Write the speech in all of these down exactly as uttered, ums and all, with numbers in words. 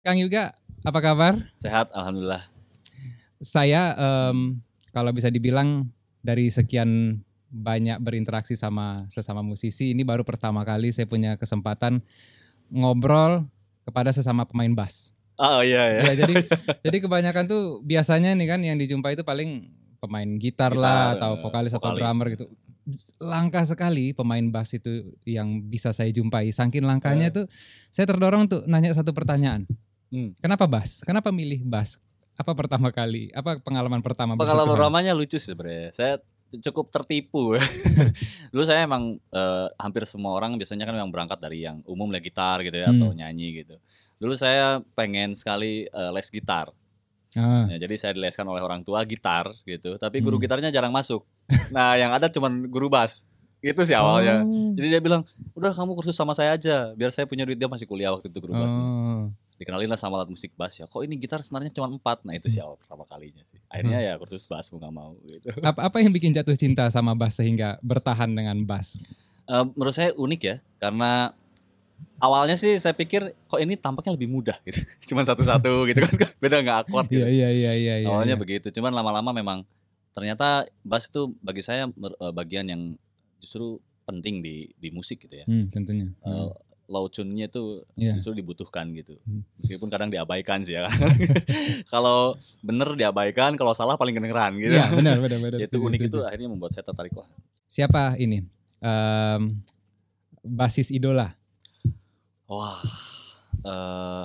Kang Yuga, apa kabar? Sehat, alhamdulillah. Saya um, kalau bisa dibilang dari sekian banyak berinteraksi sama sesama musisi, ini baru pertama kali saya punya kesempatan ngobrol kepada sesama pemain bass. Oh iya ya. Ya jadi jadi kebanyakan tuh biasanya nih kan yang dijumpai itu paling pemain gitar, Gitar, lah atau eh, vokalis, atau vokalis. drummer gitu. Langka sekali pemain bass itu yang bisa saya jumpai. Saking langkanya Eh. tuh saya terdorong untuk nanya satu pertanyaan. Hmm. Kenapa bass? Kenapa milih bass? Apa pertama kali? Apa pengalaman pertama Pengalaman bersentuhan? pertamanya lucu sih sebenarnya. Saya cukup tertipu. Dulu saya emang eh, hampir semua orang biasanya kan memang berangkat dari yang umum lah, gitar gitu ya, Hmm. atau nyanyi gitu. Dulu saya pengen sekali eh, les gitar. Ah. Ya, jadi saya dileskan oleh orang tua gitar gitu, tapi guru Hmm. gitarnya jarang masuk. Nah, yang ada cuman guru bass. Itu sih awalnya. Oh. Jadi dia bilang, udah kamu kursus sama saya aja, biar saya punya duit. Dia masih kuliah waktu itu guru bassnya. Oh. Dikenalin lah sama alat musik bass ya. Kok ini gitar senarnya cuma empat? Nah itu sih awal pertama kalinya sih. Akhirnya ya kursus bass mau nggak mau gitu. Apa, apa yang bikin jatuh cinta sama bass sehingga bertahan dengan bass? Uh, menurut saya unik ya, karena awalnya sih saya pikir kok ini tampaknya lebih mudah gitu. Cuman satu-satu gitu kan, beda nggak awkward gitu. Iya iya iya iya. Awalnya iya. begitu, cuman lama-lama memang ternyata bass itu bagi saya bagian yang justru penting di di musik gitu ya. Hmm, tentunya. Hmm. Uh, low tune-nya itu yeah. justru dibutuhkan gitu. Hmm. Meskipun kadang diabaikan sih ya. Kalau bener diabaikan, kalau salah paling kedengeran gitu. Iya, benar benar benar. Itu unik, itu akhirnya membuat saya tertarik. Wah. Siapa ini? Um, basis idola. Wah. Uh,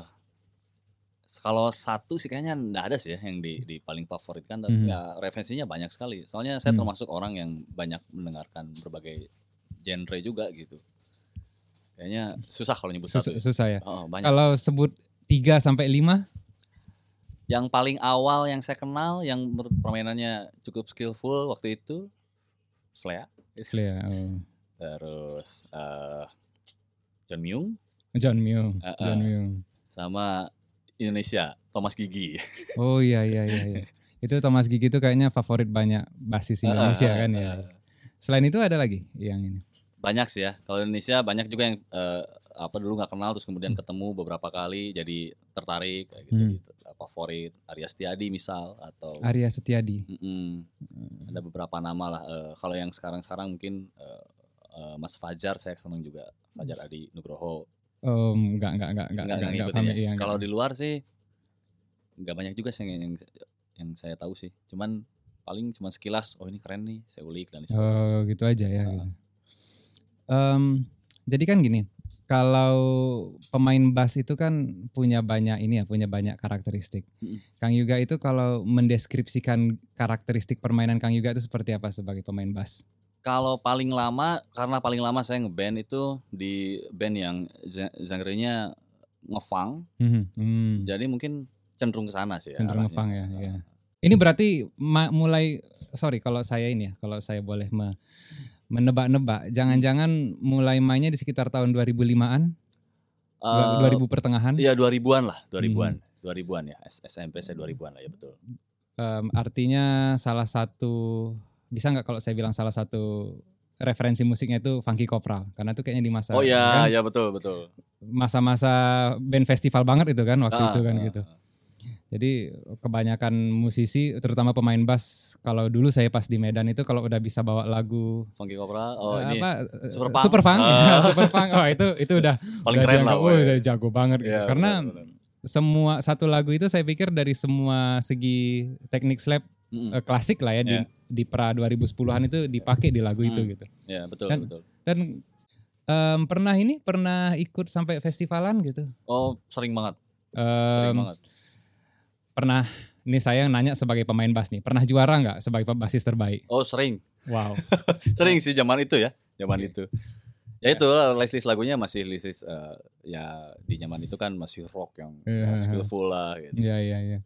kalau satu sih kayaknya enggak ada sih ya yang di, di paling favorit kan. Tapi Hmm. ya referensinya banyak sekali. Soalnya saya Hmm. termasuk orang yang banyak mendengarkan berbagai genre juga gitu. Kayaknya susah kalau nyebut Susah, satu. susah ya. Oh, banyak. Kalau sebut tiga sampai lima? Yang paling awal yang saya kenal, yang permainannya cukup skillful waktu itu, Flea. Flea. Oh. Terus uh, John Myung. John Myung. Uh, uh, John Myung. Sama Indonesia, Thomas Gigi. Oh iya iya iya. iya. Itu Thomas Gigi itu kayaknya favorit banyak basis Indonesia uh, kan ya. Uh, Selain itu ada lagi yang ini? Banyak sih ya. Kalau Indonesia banyak juga yang uh, apa dulu nggak kenal terus kemudian hmm. ketemu beberapa kali jadi tertarik kayak gitu, hmm. gitu. Favorit Arya Setiadi misal atau Arya Setiadi. Hmm. Ada beberapa nama lah. Uh, kalau yang sekarang-sekarang mungkin uh, uh, Mas Fajar, saya senang juga Fajar Adi Nugroho. Oh, enggak enggak enggak enggak enggak, enggak, enggak ya. Iya, kalau di luar sih enggak banyak juga sih yang, yang yang saya tahu sih. Cuman paling cuma sekilas, oh ini keren nih, saya ulik dan sebagainya. Oh, gitu aja ya. Uh. Gitu. Um, jadi kan gini, kalau pemain bass itu kan punya banyak ini ya, punya banyak karakteristik. Mm-hmm. Kang Yuga itu kalau mendeskripsikan karakteristik permainan Kang Yuga itu seperti apa sebagai pemain bass? Kalau paling lama, karena paling lama saya ngeband itu di band yang genre-nya ngefunk. Mm-hmm. Hmm. Jadi mungkin cenderung ke sana sih. Cenderung ngefunk ya, ya. Ini berarti ma- mulai sorry kalau saya ini ya, kalau saya boleh me- menebak-nebak, jangan-jangan mulai mainnya di sekitar tahun dua ribu limaan? Uh, dua ribu pertengahan? Iya, dua ribuan lah, dua ribuan. Hmm. dua ribuan ya, S M P saya dua ribuan lah ya, betul. Um, artinya salah satu, bisa nggak kalau saya bilang salah satu referensi musiknya itu Funky Kopral, karena itu kayaknya di masa oh iya kan, ya betul betul masa-masa band festival banget itu kan waktu ah, itu kan ah, gitu. Jadi kebanyakan musisi, terutama pemain bass, kalau dulu saya pas di Medan itu kalau udah bisa bawa lagu Funky Kopral, oh uh, ini apa, Super Punk, Super Punk, uh. Super Punk, oh itu itu udah paling udah keren dianggap, lah, oh udah jago banget gitu. Ya, karena betul, betul. Semua satu lagu itu saya pikir dari semua segi teknik slap mm-hmm. uh, klasik lah ya, yeah. di, di pra dua ribu sepuluhan itu dipakai di lagu mm. itu gitu. Ya yeah, betul dan, betul. Dan um, pernah ini pernah ikut sampai festivalan gitu? Oh sering banget, um, sering banget. Pernah, ini saya nanya sebagai pemain bass nih, pernah juara nggak sebagai basis terbaik? Oh sering. Wow. Sering sih zaman itu ya, zaman okay. itu. Ya itu ya. list-list lagunya masih list-list uh, ya di zaman itu kan masih rock yang yeah. ya, skillful lah gitu. Iya iya iya.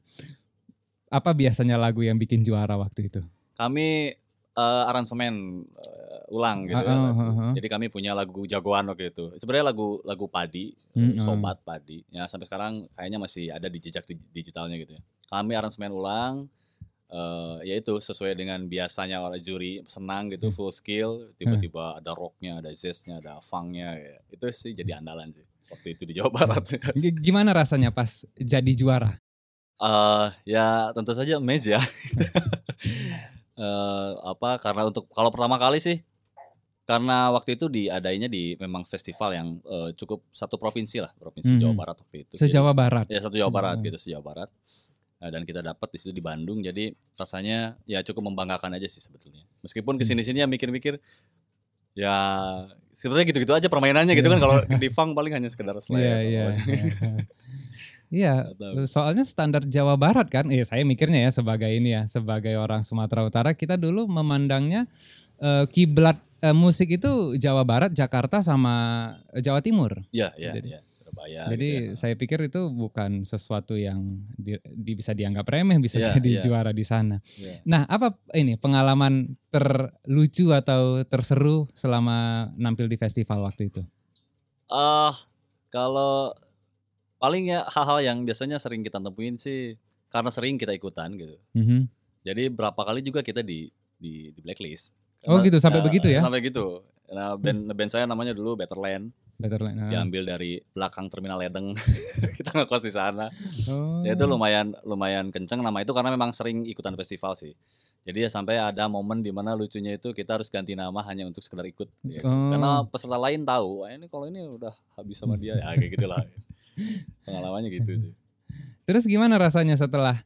Apa biasanya lagu yang bikin juara waktu itu? Kami uh, aransemen uh, ulang gitu uh, ya. Uh, uh, uh. Jadi kami punya lagu jagoan waktu itu. Sebenarnya lagu lagu Padi, uh, Sobat Padi. Ya sampai sekarang kayaknya masih ada di jejak digitalnya gitu ya. Kami aransemen ulang, uh, yaitu sesuai dengan biasanya oleh juri, senang gitu, full skill. Tiba-tiba ada rocknya, ada jazznya, ada funknya. Ya. Itu sih jadi andalan sih. waktu itu di Jawa Barat. Gimana rasanya pas jadi juara? Uh, ya tentu saja amazed ya. uh, apa karena untuk kalau pertama kali sih, karena waktu itu diadainya di memang festival yang uh, cukup satu provinsi lah, provinsi hmm. Jawa Barat waktu itu. Se-Jawa Barat. Ya satu Jawa Barat hmm. gitu, se-Jawa Barat. Nah, dan kita dapat di situ di Bandung, jadi rasanya ya cukup membanggakan aja sih sebetulnya. Meskipun kesini-sini ya mikir-mikir, ya sebetulnya gitu-gitu aja permainannya gitu kan. Kalau di funk paling hanya sekedar slide. Iya, iya. Iya, soalnya standar Jawa Barat kan, eh saya mikirnya ya sebagai ini ya, sebagai orang Sumatera Utara, kita dulu memandangnya uh, kiblat uh, musik itu Jawa Barat, Jakarta sama Jawa Timur. Iya, iya, jadi, ya, Surabaya. Jadi gitu ya. saya pikir itu bukan sesuatu yang di, di, bisa dianggap remeh, bisa ya, jadi ya. juara di sana. Ya. Nah, apa ini pengalaman terlucu atau terseru selama nampil di festival waktu itu? Ah, uh, kalau paling ya hal-hal yang biasanya sering kita temuin sih karena sering kita ikutan gitu. Mm-hmm. Jadi berapa kali juga kita di di, di blacklist. Karena, oh gitu sampai uh, begitu ya? Sampai gitu. Nah band hmm. band saya namanya dulu Betterland. Betterland. Uh. Diambil dari belakang Terminal Ledeng. Kita ngekos di sana. Oh. Ya itu lumayan lumayan kenceng nama itu karena memang sering ikutan festival sih. Jadi ya sampai ada momen di mana lucunya itu kita harus ganti nama hanya untuk sekedar ikut. Ya. Oh. Karena peserta lain tahu, ini kalau ini udah habis sama dia ya kayak gitulah. Pengalamannya gitu sih. Terus gimana rasanya setelah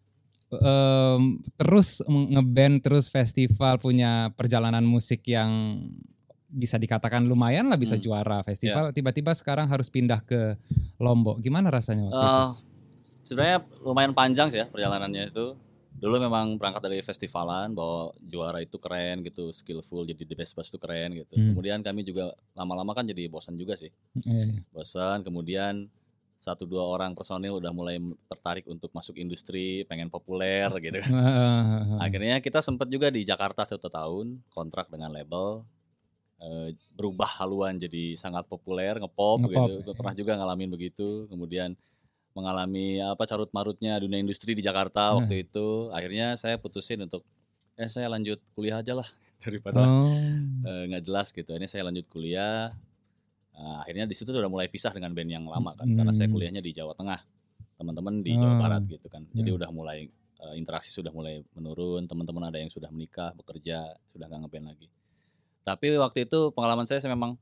um, terus ngeband, terus festival, punya perjalanan musik yang bisa dikatakan lumayan lah, bisa hmm. juara festival, yeah. tiba-tiba sekarang harus pindah ke Lombok. Gimana rasanya waktu uh, itu? Sebenarnya lumayan panjang sih ya perjalanannya itu. Dulu memang berangkat dari festivalan bahwa juara itu keren gitu, skillful, jadi the best bass itu keren gitu. Hmm. Kemudian kami juga lama-lama kan jadi bosan juga sih. Hmm. Bosan, kemudian satu dua orang personil udah mulai tertarik untuk masuk industri, pengen populer gitu. Akhirnya kita sempat juga di Jakarta satu tahun kontrak dengan label, e, berubah haluan jadi sangat populer, ngepop, ngepop gitu. Ya. Pernah juga ngalamin begitu. Kemudian mengalami apa carut marutnya dunia industri di Jakarta nah. waktu itu. Akhirnya saya putusin untuk, eh saya lanjut kuliah aja lah daripada nggak oh. e, jelas gitu. Ini saya lanjut kuliah. Nah, akhirnya di situ udah mulai pisah dengan band yang lama kan, hmm. karena saya kuliahnya di Jawa Tengah, teman-teman di Jawa Barat gitu kan. Jadi hmm. udah mulai uh, interaksi sudah mulai menurun, teman-teman ada yang sudah menikah, bekerja, sudah gak ngeband lagi. Tapi waktu itu pengalaman saya, saya memang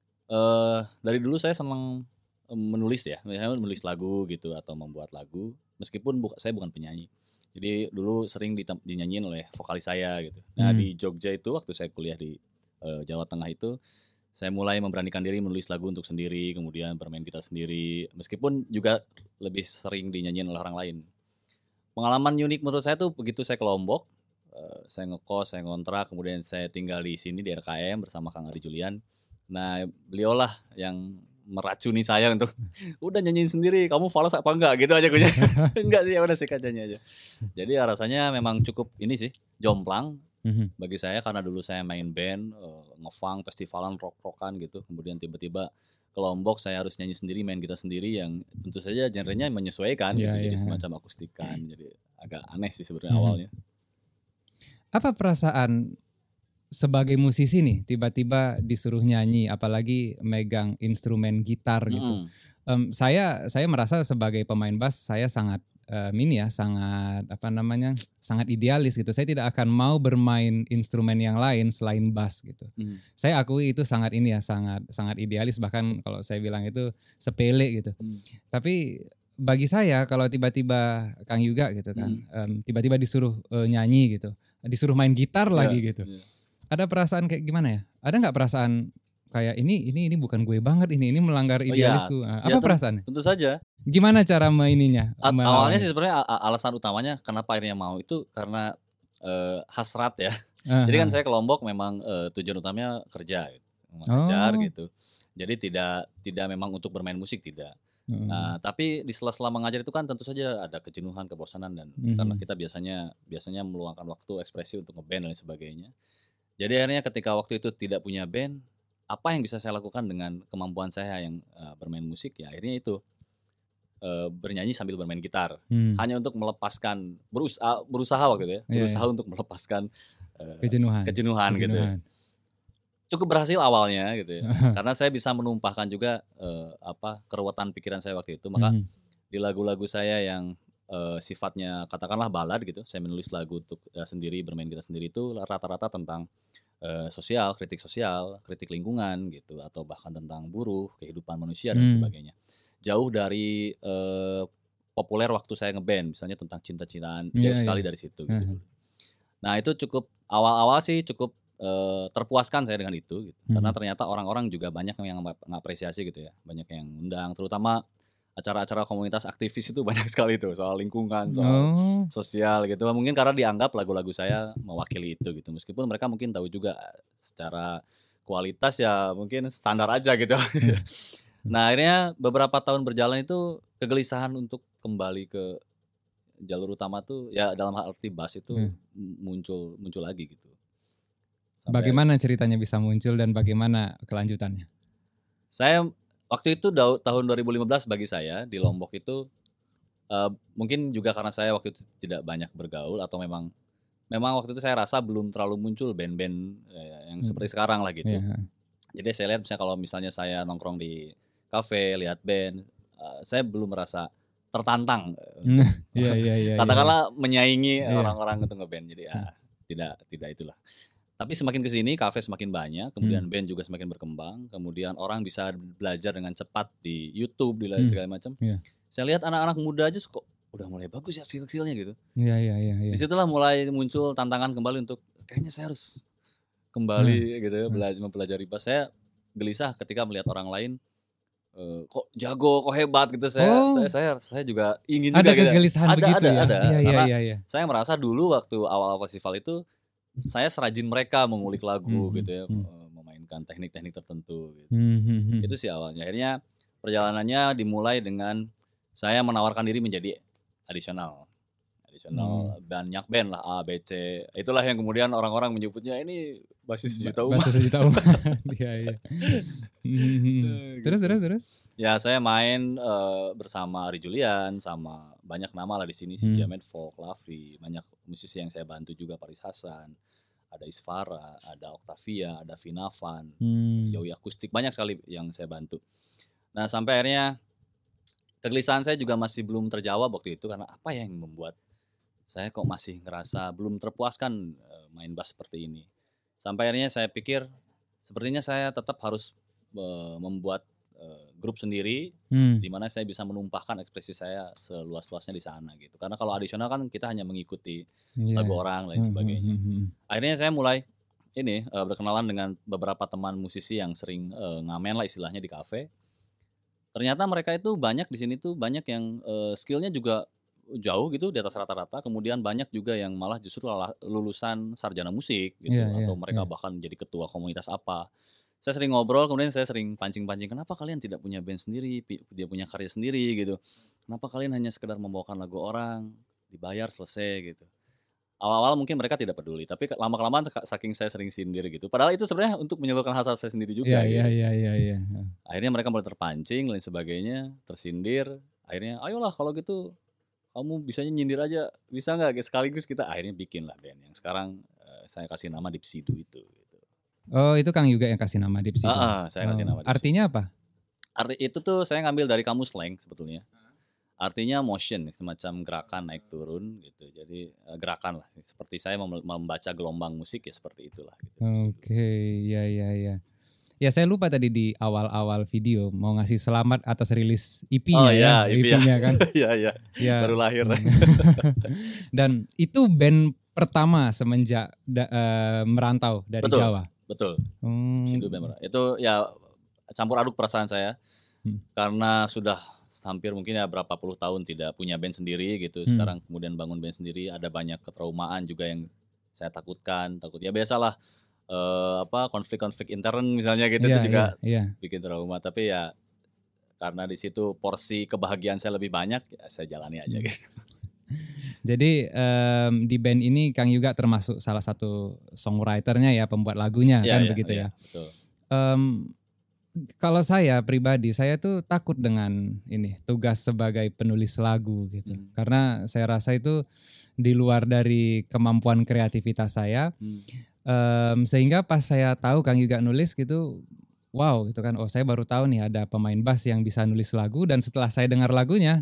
uh, dari dulu saya senang menulis ya, misalnya menulis lagu gitu atau membuat lagu, meskipun bu- saya bukan penyanyi. Jadi dulu sering ditem- dinyanyiin oleh vokalis saya gitu. Nah hmm. di Jogja itu waktu saya kuliah di uh, Jawa Tengah itu, saya mulai memberanikan diri menulis lagu untuk sendiri, kemudian bermain gitar sendiri, meskipun juga lebih sering dinyanyiin oleh orang lain. Pengalaman unik menurut saya tuh begitu saya ke Lombok, uh, saya ngekos, saya ngontrak, kemudian saya tinggal di sini di R K M bersama Kang Ari Julian. Nah, beliaulah yang meracuni saya untuk udah nyanyiin sendiri, kamu falas apa enggak gitu aja gue. Enggak sih, ya udah sikat nyanyi aja. Jadi ya rasanya memang cukup ini sih, jomplang. Mm-hmm. Bagi saya karena dulu saya main band, uh, ngefunk, festivalan, rock-rockan gitu. Kemudian tiba-tiba ke Lombok saya harus nyanyi sendiri, main gitar sendiri yang tentu saja genrenya menyesuaikan yeah, gitu. Jadi yeah. semacam akustikan. Jadi agak aneh sih sebenarnya mm-hmm. awalnya. Apa perasaan sebagai musisi nih tiba-tiba disuruh nyanyi, apalagi megang instrumen gitar gitu? Mm-hmm. Um, saya saya merasa sebagai pemain bass saya sangat Uh, ini ya sangat apa namanya sangat idealis gitu. Saya tidak akan mau bermain instrumen yang lain selain bass gitu. Mm. Saya akui itu sangat ini ya sangat sangat idealis, bahkan kalau saya bilang itu sepele gitu. Mm. Tapi bagi saya kalau tiba-tiba Kang Yuga gitu kan, mm. um, tiba-tiba disuruh uh, nyanyi gitu, disuruh main gitar yeah, lagi gitu. Yeah. Ada perasaan kayak gimana ya? Ada nggak perasaan kayak ini ini ini bukan gue banget, ini ini melanggar idealisku. Oh, iya. Apa ya, perasaannya? Tentu saja. Gimana cara maininya? A- awalnya sih sebenarnya alasan utamanya kenapa akhirnya mau itu karena uh, hasrat ya. Uh-huh. Jadi kan saya ke Lombok memang uh, tujuan utamanya kerja, gitu, mengajar oh. gitu. Jadi tidak tidak memang untuk bermain musik tidak. Uh-huh. Nah, tapi di sela-sela mengajar itu kan tentu saja ada kejenuhan, kebosanan dan uh-huh. karena kita biasanya biasanya meluangkan waktu ekspresi untuk ngeband dan sebagainya. Jadi akhirnya ketika waktu itu tidak punya band, apa yang bisa saya lakukan dengan kemampuan saya yang uh, bermain musik ya akhirnya itu uh, bernyanyi sambil bermain gitar hmm. hanya untuk melepaskan berusaha berusaha waktu itu ya yeah, berusaha yeah. untuk melepaskan uh, kejenuhan, kejenuhan, kejenuhan gitu. cukup berhasil awalnya gitu ya. Karena saya bisa menumpahkan juga uh, apa keruwetan pikiran saya waktu itu. Maka mm. di lagu-lagu saya yang uh, sifatnya katakanlah balad gitu, saya menulis lagu untuk uh, sendiri, bermain gitar sendiri itu rata-rata tentang uh, sosial, kritik sosial, kritik lingkungan gitu, atau bahkan tentang buruh, kehidupan manusia dan mm. sebagainya. Jauh dari uh, populer waktu saya ngeband, misalnya tentang cinta-cintaan, jauh yeah, sekali yeah. dari situ gitu. Uh-huh. Nah itu cukup awal-awal sih cukup uh, terpuaskan saya dengan itu, gitu. Uh-huh. Karena ternyata orang-orang juga banyak yang mengapresiasi gitu ya, banyak yang undang, terutama acara-acara komunitas aktivis itu banyak sekali tuh soal lingkungan, soal oh. sosial gitu. Mungkin karena dianggap lagu-lagu saya mewakili itu gitu, meskipun mereka mungkin tahu juga secara kualitas ya mungkin standar aja gitu. Uh-huh. Nah akhirnya beberapa tahun berjalan itu kegelisahan untuk kembali ke jalur utama tuh ya dalam hal arti bass itu hmm. muncul muncul lagi gitu. Sampai bagaimana ceritanya bisa muncul dan bagaimana kelanjutannya? Saya waktu itu tahun dua ribu lima belas bagi saya di Lombok itu uh, mungkin juga karena saya waktu itu tidak banyak bergaul atau memang memang waktu itu saya rasa belum terlalu muncul band-band uh, yang hmm. seperti sekarang lah gitu. Yeah. Jadi saya lihat misalnya kalau misalnya saya nongkrong di kafe lihat band, uh, saya belum merasa tertantang, yeah, yeah, yeah, katakanlah yeah. menyaingi yeah. orang-orang itu ngeband, jadi ya yeah. tidak tidak itulah. Tapi semakin kesini kafe semakin banyak, kemudian hmm. band juga semakin berkembang, kemudian orang bisa belajar dengan cepat di YouTube, di hmm. segala macam. Yeah. Saya lihat anak-anak muda aja kok udah mulai bagus ya skill-skillnya gitu. Iya yeah, iya yeah, iya. Yeah, yeah. Disitulah mulai muncul tantangan kembali untuk kayaknya saya harus kembali hmm. gitu ya, belajar mempelajari bass. Saya gelisah ketika melihat orang lain Uh, kok jago, kok hebat gitu. Saya oh. saya saya saya juga ingin ada juga kegelisahan gitu. begitu ada, ya. Ada, iya, karena iya, iya. saya merasa dulu waktu awal-awal festival itu saya serajin mereka mengulik lagu hmm, gitu ya, hmm. memainkan teknik-teknik tertentu gitu. Hmm, hmm, itu sih awalnya. Akhirnya perjalanannya dimulai dengan saya menawarkan diri menjadi adisional. Adisional hmm. banyak band lah A, B, C. Itulah yang kemudian orang-orang menyebutnya ini basis sejuta umat. Basis sejuta umat. Iya, iya. Hmm. Terus, terus, terus. Ya saya main uh, bersama Ari Julian, sama banyak nama lah di sini, si hmm. Jamet Folk, Lavi, banyak musisi yang saya bantu juga, Paris Hasan, ada Isfara, ada Octavia, ada Vinavan, hmm. Yowi Akustik, banyak sekali yang saya bantu. Nah sampai akhirnya kegelisahan saya juga masih belum terjawab waktu itu, karena apa yang membuat saya kok masih ngerasa belum terpuaskan uh, main bass seperti ini. Sampai akhirnya saya pikir sepertinya saya tetap harus uh, membuat uh, grup sendiri, hmm. di mana saya bisa menumpahkan ekspresi saya seluas-luasnya di sana gitu. Karena kalau adisional kan kita hanya mengikuti yeah. lagu orang lain sebagainya. Hmm, hmm, hmm. Akhirnya saya mulai ini uh, berkenalan dengan beberapa teman musisi yang sering uh, ngamen lah istilahnya di kafe. Ternyata mereka itu banyak di sini tuh banyak yang uh, skillnya juga jauh gitu di atas rata-rata, kemudian banyak juga yang malah justru lulusan sarjana musik gitu, yeah, atau yeah, mereka yeah. bahkan jadi ketua komunitas apa. Saya sering ngobrol, kemudian saya sering pancing-pancing, kenapa kalian tidak punya band sendiri, dia punya karya sendiri gitu, kenapa kalian hanya sekedar membawakan lagu orang, dibayar selesai gitu. Awal-awal mungkin mereka tidak peduli, tapi lama-kelamaan saking saya sering sindir gitu, padahal itu sebenarnya untuk menyalurkan hasrat saya sendiri juga. Iya iya iya iya. Akhirnya mereka mulai terpancing, lain sebagainya, tersindir. Akhirnya, ayolah kalau gitu kamu bisanya nyindir aja, bisa nggak? Sekaligus kita akhirnya bikin lah band yang sekarang uh, saya kasih nama Dipsidu itu. Gitu. Oh itu Kang juga yang kasih nama Dipsidu? Ah, ah, saya kasih oh. nama Dipsidu. Artinya apa? Arti itu tuh saya ngambil dari kamus slang sebetulnya. Artinya motion, semacam gerakan naik turun gitu. Jadi uh, gerakan lah, seperti saya mem- membaca gelombang musik ya seperti itulah. Gitu, Oke, okay. ya ya ya. Ya saya lupa tadi di awal-awal video mau ngasih selamat atas rilis E P-nya oh, ya, ya, E P-nya kan. Iya iya. Ya. Baru lahir. Dan itu band pertama semenjak da, uh, merantau dari betul, Jawa. Betul. Hmm. Itu ya campur aduk perasaan saya. Hmm. Karena sudah hampir mungkin ya berapa puluh tahun tidak punya band sendiri gitu. Sekarang hmm. kemudian bangun band sendiri, ada banyak ketraumaan juga yang saya takutkan, takut ya biasalah. Uh, apa konflik-konflik intern misalnya gitu yeah, itu juga yeah, yeah. bikin trauma, tapi ya karena di situ porsi kebahagiaan saya lebih banyak ya saya jalani aja hmm. gitu. Jadi um, di band ini Kang Yuga termasuk salah satu songwriternya ya, pembuat lagunya yeah, kan yeah, begitu yeah, ya. Betul. Um, kalau saya pribadi saya tuh takut dengan ini tugas sebagai penulis lagu gitu, hmm. karena saya rasa itu di luar dari kemampuan kreativitas saya. Hmm. Um, sehingga pas saya tahu Kang Yuga nulis gitu, wow gitu kan, oh saya baru tahu nih ada pemain bass yang bisa nulis lagu, dan setelah saya dengar lagunya,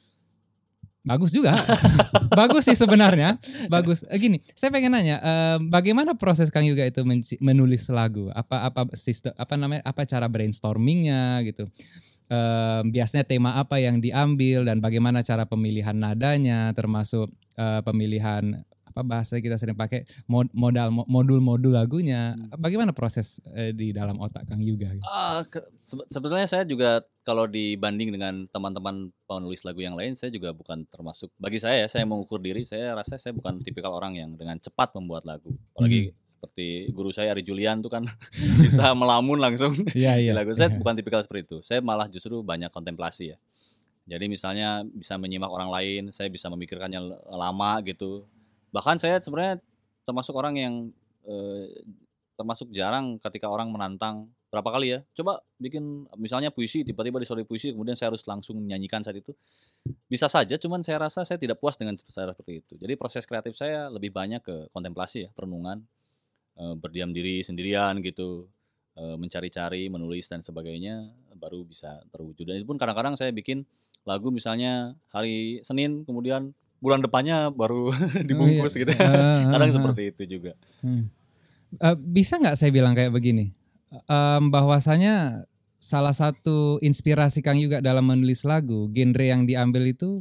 bagus juga, bagus sih sebenarnya, bagus. Gini, saya pengen nanya, uh, bagaimana proses Kang Yuga itu menulis lagu? Apa apa sistem, apa namanya, apa cara brainstormingnya gitu? Uh, biasanya tema apa yang diambil dan bagaimana cara pemilihan nadanya, termasuk uh, pemilihan apa bahasa kita sering pakai mod, modal modul-modul lagunya. Bagaimana proses uh, di dalam otak Kang Yuga? Uh, ke, sebetulnya saya juga kalau dibanding dengan teman-teman penulis lagu yang lain, saya juga bukan termasuk, bagi saya saya mengukur diri, saya rasa saya bukan tipikal orang yang dengan cepat membuat lagu. Apalagi hmm. seperti guru saya Ari Julian tuh kan bisa melamun langsung ya, ya, di lagu. Saya ya. bukan tipikal seperti itu. Saya malah justru banyak kontemplasi ya. Jadi misalnya bisa menyimak orang lain, saya bisa memikirkannya lama gitu. Bahkan saya sebenarnya termasuk orang yang eh, termasuk jarang ketika orang menantang, berapa kali ya, coba bikin misalnya puisi, tiba-tiba disuruh puisi, kemudian saya harus langsung menyanyikan saat itu. Bisa saja, cuman saya rasa saya tidak puas dengan cara seperti itu. Jadi proses kreatif saya lebih banyak ke kontemplasi ya, perenungan, eh, berdiam diri sendirian gitu, eh, mencari-cari, menulis dan sebagainya, baru bisa terwujud. Dan itu pun kadang-kadang saya bikin lagu misalnya hari Senin, kemudian bulan depannya baru dibungkus oh, iya. gitu. Uh, Kadang uh, uh, seperti itu juga. Hmm. Uh, bisa nggak saya bilang kayak begini, um, bahwasanya salah satu inspirasi Kang Yuga dalam menulis lagu, genre yang diambil itu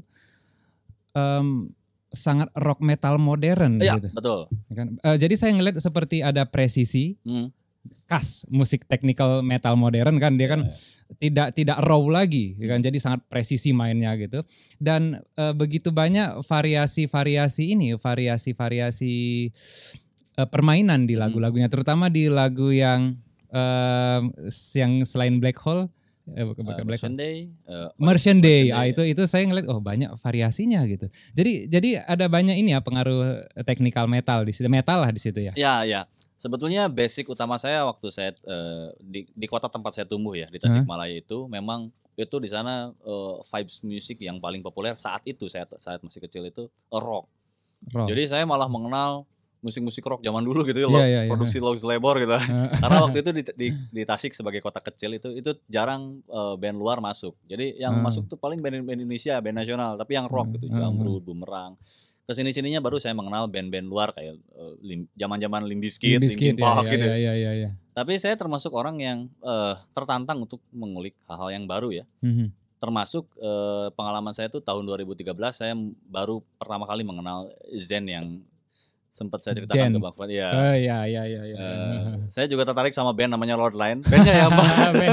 um, sangat rock metal modern ya, gitu. Betul. Uh, jadi saya ngeliat seperti ada presisi. Hmm. Khas musik technical metal modern kan, dia kan ya, ya. tidak tidak raw lagi kan, jadi sangat presisi mainnya gitu. Dan e, begitu banyak variasi-variasi ini, variasi-variasi e, permainan di lagu-lagunya, terutama di lagu yang e, yang selain Black Hole, eh, uh, Black Merchant Day, uh, Merchant Day, ah, itu itu saya ngeliat oh banyak variasinya gitu. Jadi jadi ada banyak ini ya pengaruh technical metal di situ, metal lah di situ ya. Ya ya. Sebetulnya basic utama saya waktu saya uh, di, di kota tempat saya tumbuh ya, di Tasikmalaya huh? itu memang itu di sana uh, vibes musik yang paling populer saat itu, saya saat masih kecil itu uh, rock. rock. Jadi saya malah mengenal musik-musik rock zaman dulu gitu ya, yeah, yeah, produksi yeah. Logs Labor gitu. Karena waktu itu di, di, di Tasik sebagai kota kecil itu itu jarang uh, band luar masuk. Jadi yang uh. masuk tuh paling band, band Indonesia, band nasional, tapi yang rock uh. gitu, Jamrud, Bumerang. Kesini-sininya baru saya mengenal band-band luar kayak uh, lim, zaman-zaman Limp Bizkit, Linkin Park ya, gitu. Ya, ya, ya, ya. Tapi saya termasuk orang yang uh, tertantang untuk mengulik hal-hal yang baru ya. Mm-hmm. Termasuk uh, pengalaman saya tuh tahun dua ribu tiga belas saya baru pertama kali mengenal Zen yang sempat saya ceritakan Zen. Ke Bang Fuad. Ya. Oh ya, ya, ya, ya. Uh, saya juga tertarik sama band namanya Lord Line. Bandnya ya, Pak.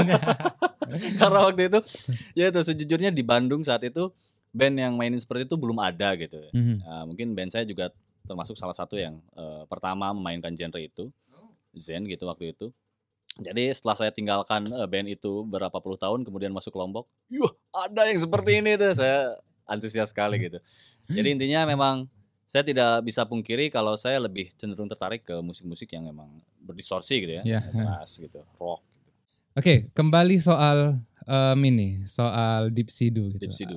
Karena waktu itu, ya itu sejujurnya di Bandung saat itu band yang mainin seperti itu belum ada gitu. Mm-hmm. Uh, mungkin band saya juga termasuk salah satu yang uh, pertama memainkan genre itu, Zen gitu waktu itu. Jadi setelah saya tinggalkan uh, band itu berapa puluh tahun kemudian masuk Lombok, yuh ada yang seperti ini tuh, saya antusias sekali gitu. Jadi intinya memang saya tidak bisa pungkiri kalau saya lebih cenderung tertarik ke musik-musik yang memang berdistorsi gitu ya, yeah, keras yeah. gitu, rock. Gitu. Oke, okay, kembali soal um, ini, soal Dipsidu gitu. Dipsidu.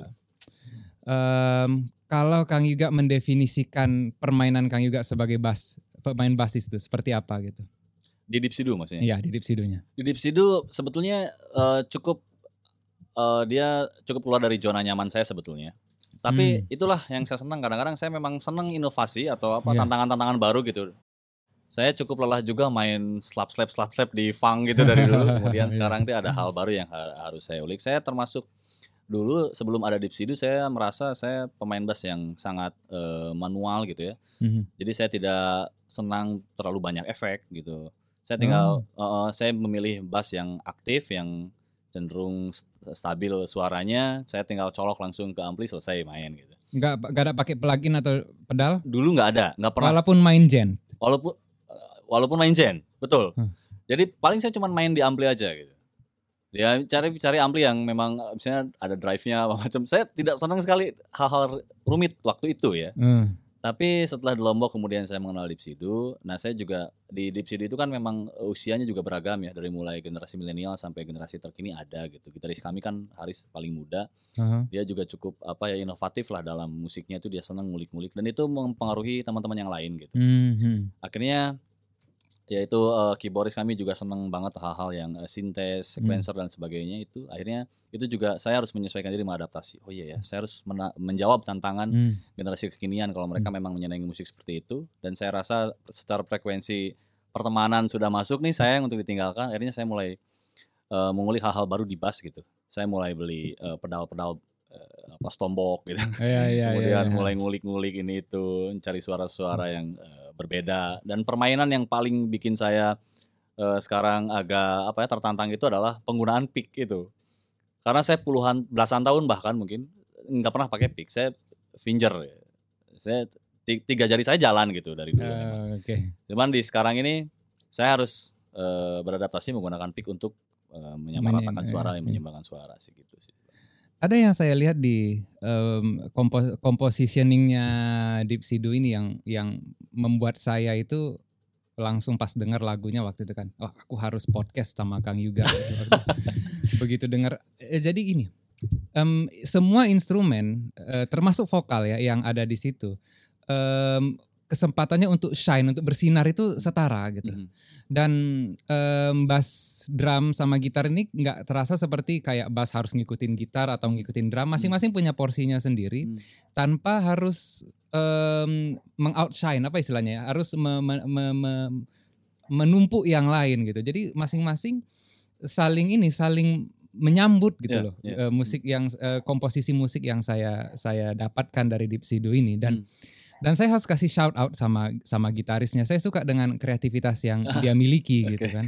Um, kalau Kang Yuga mendefinisikan permainan Kang Yuga sebagai bass, pemain bassis itu seperti apa gitu? Di Dipsidu maksudnya? Iya, di Dipsidunya. Di Dipsidu sebetulnya uh, cukup uh, dia cukup keluar dari zona nyaman saya sebetulnya. Tapi hmm. itulah yang saya senang, kadang-kadang saya memang senang inovasi atau apa yeah. tantangan-tantangan baru gitu. Saya cukup lelah juga main slap slap slap slap di funk gitu dari dulu. Kemudian sekarang tuh ada hal baru yang harus saya ulik. Saya termasuk dulu sebelum ada Dipsidu saya merasa saya pemain bass yang sangat uh, manual gitu ya. Mm-hmm. Jadi saya tidak senang terlalu banyak efek gitu. Saya tinggal oh. uh, saya memilih bass yang aktif, yang cenderung stabil suaranya. Saya tinggal colok langsung ke ampli, selesai main gitu. Enggak enggak ada pakai plugin atau pedal? Dulu enggak ada, enggak pernah. Walaupun main gen. Walaupun uh, walaupun main gen, betul. Hmm. Jadi paling saya cuma main di ampli aja gitu. Ya cari cari ampli yang memang misalnya ada drive-nya apa macam. Saya tidak senang sekali hal-hal rumit waktu itu ya. Hmm. Tapi setelah di Lombok kemudian saya mengenal Dipsidu. Nah saya juga di Dipsidu itu kan memang usianya juga beragam ya, dari mulai generasi milenial sampai generasi terkini ada gitu. Gitaris kami kan Haris paling muda. Uh-huh. Dia juga cukup apa ya inovatif lah dalam musiknya, itu dia senang ngulik-ngulik dan itu mempengaruhi teman-teman yang lain gitu. Uh-huh. Akhirnya Yaitu uh, keyboardis kami juga seneng banget hal-hal yang uh, synthesizer, sequencer hmm. dan sebagainya itu. Akhirnya itu juga saya harus menyesuaikan diri mengadaptasi. Oh iya ya, saya harus mena- menjawab tantangan hmm. generasi kekinian kalau mereka hmm. memang menyenangi musik seperti itu. Dan saya rasa secara frekuensi pertemanan sudah masuk nih, saya untuk ditinggalkan. Akhirnya saya mulai uh, mengulik hal-hal baru di bass gitu. Saya mulai beli uh, pedal-pedal uh, apa Stombok gitu. Ya, ya, Kemudian ya, ya. mulai ngulik-ngulik ini itu, cari suara-suara yang uh, berbeda. Dan permainan yang paling bikin saya uh, sekarang agak apa ya tertantang itu adalah penggunaan pick itu. Karena saya puluhan belasan tahun bahkan mungkin nggak pernah pakai pick. Saya finger. Saya tiga jari saya jalan gitu dari dulu. Uh, okay. Cuman di sekarang ini saya harus uh, beradaptasi menggunakan pick untuk uh, menyamaratakan Menye- suara, ya, menyeimbangkan suara sih gitu sih. Ada yang saya lihat di um, kompo- compositioningnya Dipsido ini yang yang membuat saya itu langsung pas dengar lagunya waktu itu kan, oh aku harus podcast sama Kang Yuga. Begitu dengar, eh, jadi gini, um, semua instrumen uh, termasuk vokal ya yang ada di situ, um, kesempatannya untuk shine, untuk bersinar itu setara gitu. Mm-hmm. Dan um, bass drum sama gitar ini nggak terasa seperti kayak bass harus ngikutin gitar atau ngikutin drum. Masing-masing punya porsinya sendiri, mm. tanpa harus um, meng-outshine apa istilahnya ya, harus me- me- me- me- menumpuk yang lain gitu. Jadi masing-masing saling ini saling menyambut gitu yeah, loh yeah. Uh, musik yang uh, komposisi musik yang saya saya dapatkan dari Dipsido ini. Dan mm. Dan saya harus kasih shout out sama sama gitarisnya. Saya suka dengan kreativitas yang dia miliki okay. gitu kan.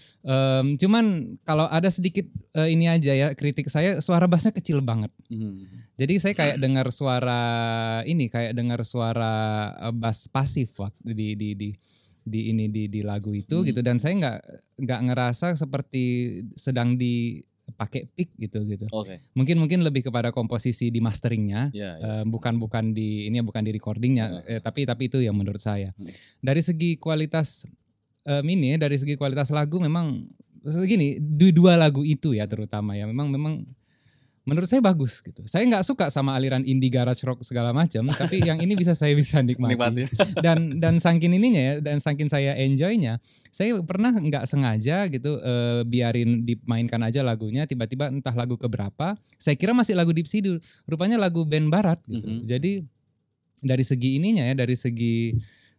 Um, cuman kalau ada sedikit uh, ini aja ya kritik saya, suara bassnya kecil banget. Mm. Jadi saya kayak dengar suara ini, kayak dengar suara uh, bass pasif waktu di di di di ini di di lagu itu mm. gitu. Dan saya nggak nggak ngerasa seperti sedang di pakai pick gitu gitu. Okay. Mungkin mungkin lebih kepada komposisi di masteringnya, yeah, yeah. Uh, bukan bukan di ini bukan di recordingnya, yeah. eh, tapi tapi itu yang menurut saya. Hmm. Dari segi kualitas um, ini, dari segi kualitas lagu memang segini dua lagu itu ya terutama ya memang memang menurut saya bagus gitu. Saya nggak suka sama aliran indie garage rock segala macam, tapi yang ini bisa saya bisa nikmati. dan dan saking ininya ya, dan saking saya enjoynya, saya pernah nggak sengaja gitu uh, biarin dimainkan aja lagunya, tiba-tiba entah lagu keberapa, saya kira masih lagu Dipsido, rupanya lagu band barat gitu. Mm-hmm. Jadi dari segi ininya ya, dari segi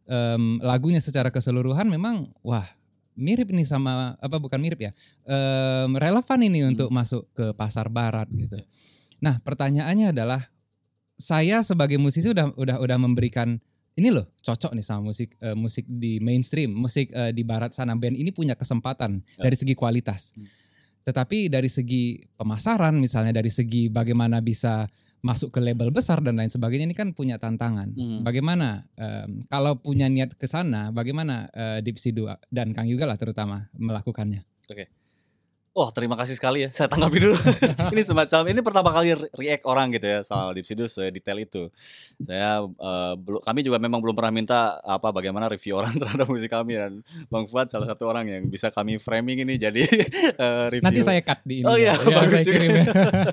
um, lagunya secara keseluruhan memang wah. Mirip nih sama apa bukan mirip ya um, relevan ini hmm. untuk masuk ke pasar barat gitu. Nah pertanyaannya adalah saya sebagai musisi udah udah udah memberikan ini loh cocok nih sama musik uh, musik di mainstream, musik uh, di barat sana, band ini punya kesempatan ya. Dari segi kualitas. Hmm. Tetapi dari segi pemasaran misalnya, dari segi bagaimana bisa masuk ke label besar dan lain sebagainya, ini kan punya tantangan. Hmm. Bagaimana um, kalau punya niat ke sana, bagaimana uh, Dipsido dan Kang Yuga lah terutama melakukannya? Oke. Okay. Oh terima kasih sekali ya, saya tanggapi dulu. Ini semacam, ini pertama kali react orang gitu ya soal Dipsido sedetail itu. Saya uh, belum, kami juga memang belum pernah minta apa bagaimana review orang terhadap musik kami, dan Bang Fuad salah satu orang yang bisa kami framing ini jadi uh, review. Nanti saya cut di ini. Oh iya, ya, bagus saya juga. kirim ya.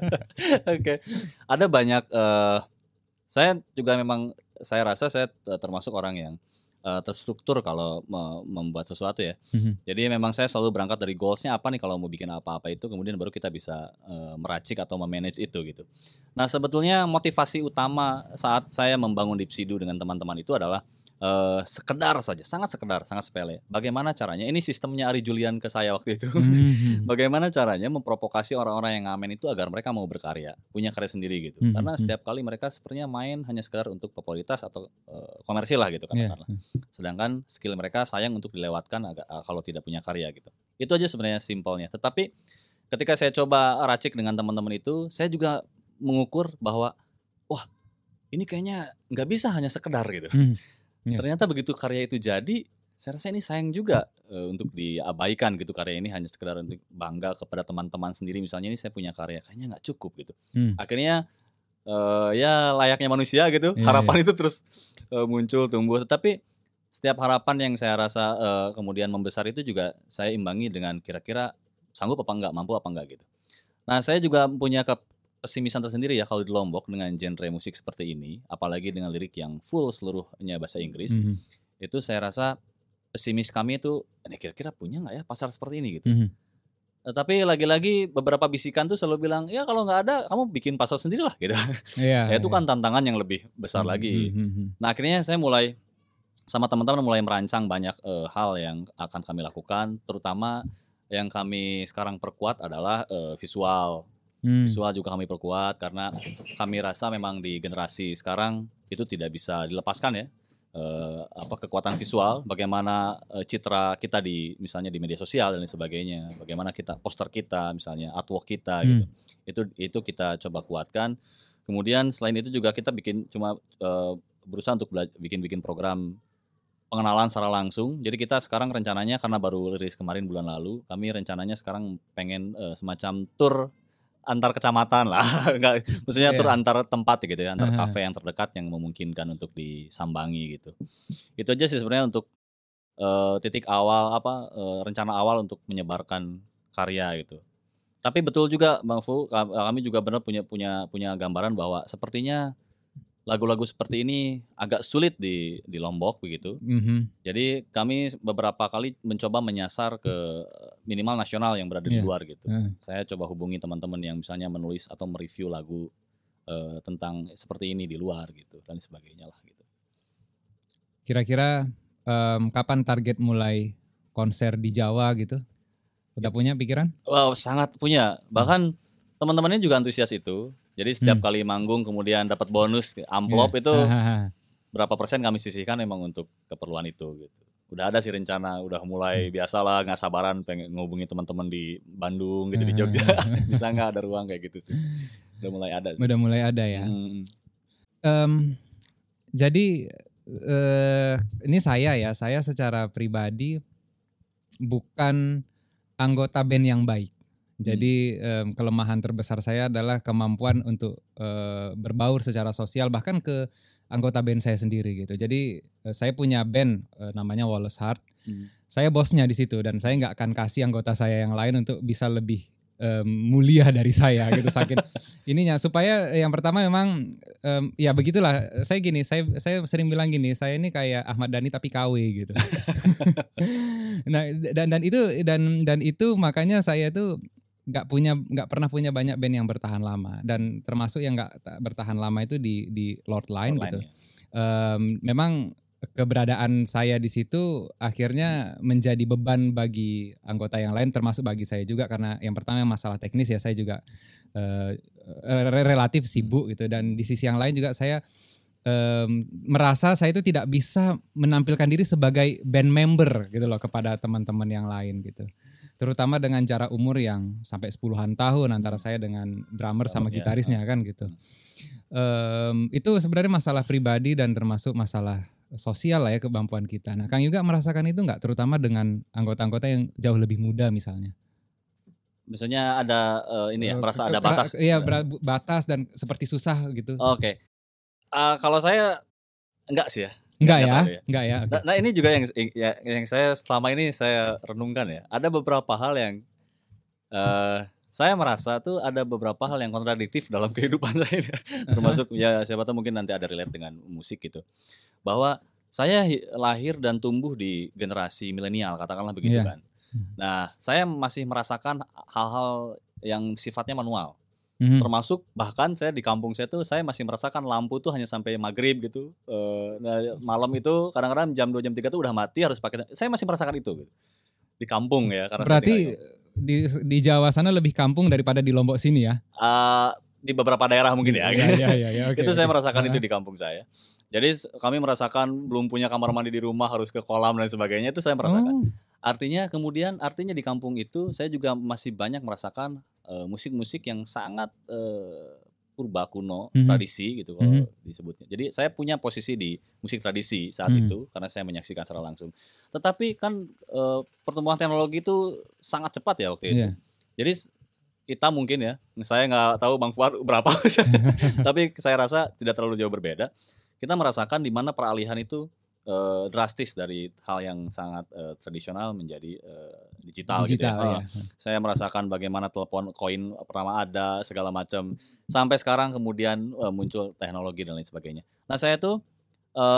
Oke, okay. Ada banyak. Uh, saya juga memang saya rasa saya termasuk orang yang Uh, terstruktur kalau me- membuat sesuatu ya. Mm-hmm. Jadi memang saya selalu berangkat dari goalsnya apa nih kalau mau bikin apa-apa itu, kemudian baru kita bisa uh, meracik atau memanage itu gitu. Nah sebetulnya motivasi utama saat saya membangun Dipsido dengan teman-teman itu adalah uh, sekedar saja, sangat sekedar, sangat sepele. Bagaimana caranya? Ini sistemnya Ari Julian ke saya waktu itu. Mm-hmm. Bagaimana caranya memprovokasi orang-orang yang ngamen itu agar mereka mau berkarya, punya karya sendiri gitu. Mm-hmm. Karena setiap kali mereka sepertinya main hanya sekedar untuk popularitas atau uh, komersil lah gitu katakanlah. Yeah. Sedangkan skill mereka sayang untuk dilewatkan agak, uh, kalau tidak punya karya gitu. Itu aja sebenarnya simpelnya. Tetapi ketika saya coba racik dengan teman-teman itu, saya juga mengukur bahwa wah ini kayaknya nggak bisa hanya sekedar gitu. Mm. Yeah. Ternyata begitu karya itu jadi, saya rasa ini sayang juga uh, untuk diabaikan gitu, karya ini hanya sekedar untuk bangga kepada teman-teman sendiri. Misalnya ini saya punya karya, kayaknya nggak cukup gitu. Hmm. Akhirnya uh, ya layaknya manusia gitu, yeah, harapan yeah. itu terus uh, muncul, tumbuh. Tetapi setiap harapan yang saya rasa uh, kemudian membesar itu juga saya imbangi dengan kira-kira sanggup apa enggak, mampu apa enggak gitu. Nah saya juga punya ke pesimisan tersendiri ya kalau di Lombok dengan genre musik seperti ini, apalagi dengan lirik yang full seluruhnya bahasa Inggris, mm-hmm. itu saya rasa pesimis kami itu, ini kira-kira punya nggak ya pasar seperti ini gitu. Mm-hmm. Nah, tapi lagi-lagi beberapa bisikan tuh selalu bilang, ya kalau nggak ada kamu bikin pasar sendiri lah gitu. Yeah, ya itu yeah. kan tantangan yang lebih besar mm-hmm. lagi. Nah akhirnya saya mulai sama teman-teman mulai merancang banyak uh, hal yang akan kami lakukan, terutama yang kami sekarang perkuat adalah uh, visual. Hmm. Visual juga kami perkuat karena kami rasa memang di generasi sekarang itu tidak bisa dilepaskan ya. Uh, apa kekuatan visual, bagaimana uh, citra kita di misalnya di media sosial dan sebagainya, bagaimana kita poster kita misalnya artwork kita hmm. gitu, itu itu kita coba kuatkan. Kemudian selain itu juga kita bikin cuma uh, berusaha untuk bela- bikin-bikin program pengenalan secara langsung. Jadi kita sekarang rencananya karena baru rilis kemarin bulan lalu, kami rencananya sekarang pengen uh, semacam tour antar kecamatan lah, enggak, maksudnya yeah. tur antar tempat gitu ya, antar kafe yang terdekat yang memungkinkan untuk disambangi gitu. Itu aja sih sebenarnya untuk uh, titik awal apa uh, rencana awal untuk menyebarkan karya gitu. Tapi betul juga Bang Fu, kami juga benar punya punya punya gambaran bahwa sepertinya lagu-lagu seperti ini agak sulit di di Lombok begitu. Mm-hmm. Jadi kami beberapa kali mencoba menyasar ke minimal nasional yang berada yeah. di luar gitu. Yeah. Saya coba hubungi teman-teman yang misalnya menulis atau mereview lagu uh, tentang seperti ini di luar gitu dan sebagainya lah gitu. Kira-kira um, kapan target mulai konser di Jawa gitu? Udah punya pikiran? Wow, sangat punya. Bahkan hmm. teman-temannya juga antusias itu. Jadi setiap hmm. kali manggung kemudian dapat bonus amplop yeah. itu berapa persen kami sisihkan memang untuk keperluan itu gitu. Udah ada sih rencana, udah mulai hmm. biasalah nggak sabaran pengen ngubungi teman-teman di Bandung gitu di Jogja. Bisa nggak ada ruang kayak gitu sih. Udah mulai ada sih. Udah mulai ada ya. Hmm. Um, jadi uh, ini saya ya, saya secara pribadi bukan anggota band yang baik. Jadi um, kelemahan terbesar saya adalah kemampuan untuk uh, berbaur secara sosial bahkan ke anggota band saya sendiri gitu. Jadi uh, saya punya band uh, namanya Wallace Heart. Hmm. Saya bosnya di situ dan saya nggak akan kasih anggota saya yang lain untuk bisa lebih um, mulia dari saya gitu saking ininya. Supaya yang pertama memang um, ya begitulah. Saya gini, saya saya sering bilang gini, saya ini kayak Ahmad Dhani tapi K W gitu. Nah dan dan itu dan dan itu makanya saya tuh nggak punya nggak pernah punya banyak band yang bertahan lama dan termasuk yang nggak bertahan lama itu di di Lord Line gitu. Ya. Um, memang keberadaan saya di situ akhirnya menjadi beban bagi anggota yang lain termasuk bagi saya juga karena yang pertama masalah teknis ya saya juga uh, relatif sibuk gitu dan di sisi yang lain juga saya um, merasa saya itu tidak bisa menampilkan diri sebagai band member gitu loh kepada teman-teman yang lain gitu. Terutama dengan jarak umur yang sampai sepuluhan tahun antara saya dengan drummer sama gitarisnya kan gitu. Um, itu sebenarnya masalah pribadi dan termasuk masalah sosial lah ya kemampuan kita. Nah Kang Yuga merasakan itu nggak? Terutama dengan anggota-anggota yang jauh lebih muda misalnya. Misalnya ada uh, ini ya, merasa ada batas. Iya batas dan seperti susah gitu. Oke, okay. uh, kalau saya enggak sih ya. Enggak ya, ya, enggak ya. Okay. Nah, nah ini juga yang, yang yang saya selama ini saya renungkan ya. Ada beberapa hal yang uh, saya merasa tuh ada beberapa hal yang kontradiktif dalam kehidupan saya. Uh-huh. Termasuk ya siapa tahu mungkin nanti ada relate dengan musik gitu. Bahwa saya lahir dan tumbuh di generasi milenial katakanlah begitu yeah. kan. Nah saya masih merasakan hal-hal yang sifatnya manual. Mm-hmm. Termasuk bahkan saya di kampung saya tuh saya masih merasakan lampu tuh hanya sampai maghrib gitu. Uh, nah, malam itu kadang-kadang jam dua jam tiga tuh udah mati harus pakai. Saya masih merasakan itu gitu. Di kampung ya karena berarti di di Jawa sana lebih kampung daripada di Lombok sini ya? Uh, di beberapa daerah mungkin ya. ya, ya, ya, ya okay, itu okay. saya merasakan uh-huh. itu di kampung saya. Jadi kami merasakan belum punya kamar mandi di rumah harus ke kolam dan sebagainya itu saya merasakan. Oh. Artinya kemudian artinya di kampung itu saya juga masih banyak merasakan uh, musik-musik yang sangat uh, purba kuno, mm-hmm. tradisi gitu kalau mm-hmm. disebutnya. Jadi saya punya posisi di musik tradisi saat mm-hmm. itu karena saya menyaksikan secara langsung. Tetapi kan uh, pertumbuhan teknologi itu sangat cepat ya waktu itu. Yeah. Jadi kita mungkin ya, saya nggak tahu Bang Fuad berapa, tapi saya rasa tidak terlalu jauh berbeda. Kita merasakan di mana peralihan itu uh, drastis dari hal yang sangat uh, tradisional menjadi uh, digital, digital gitu ya. ya. Saya merasakan bagaimana telepon koin pertama ada segala macam sampai sekarang kemudian uh, muncul teknologi dan lain sebagainya. Nah saya tuh uh,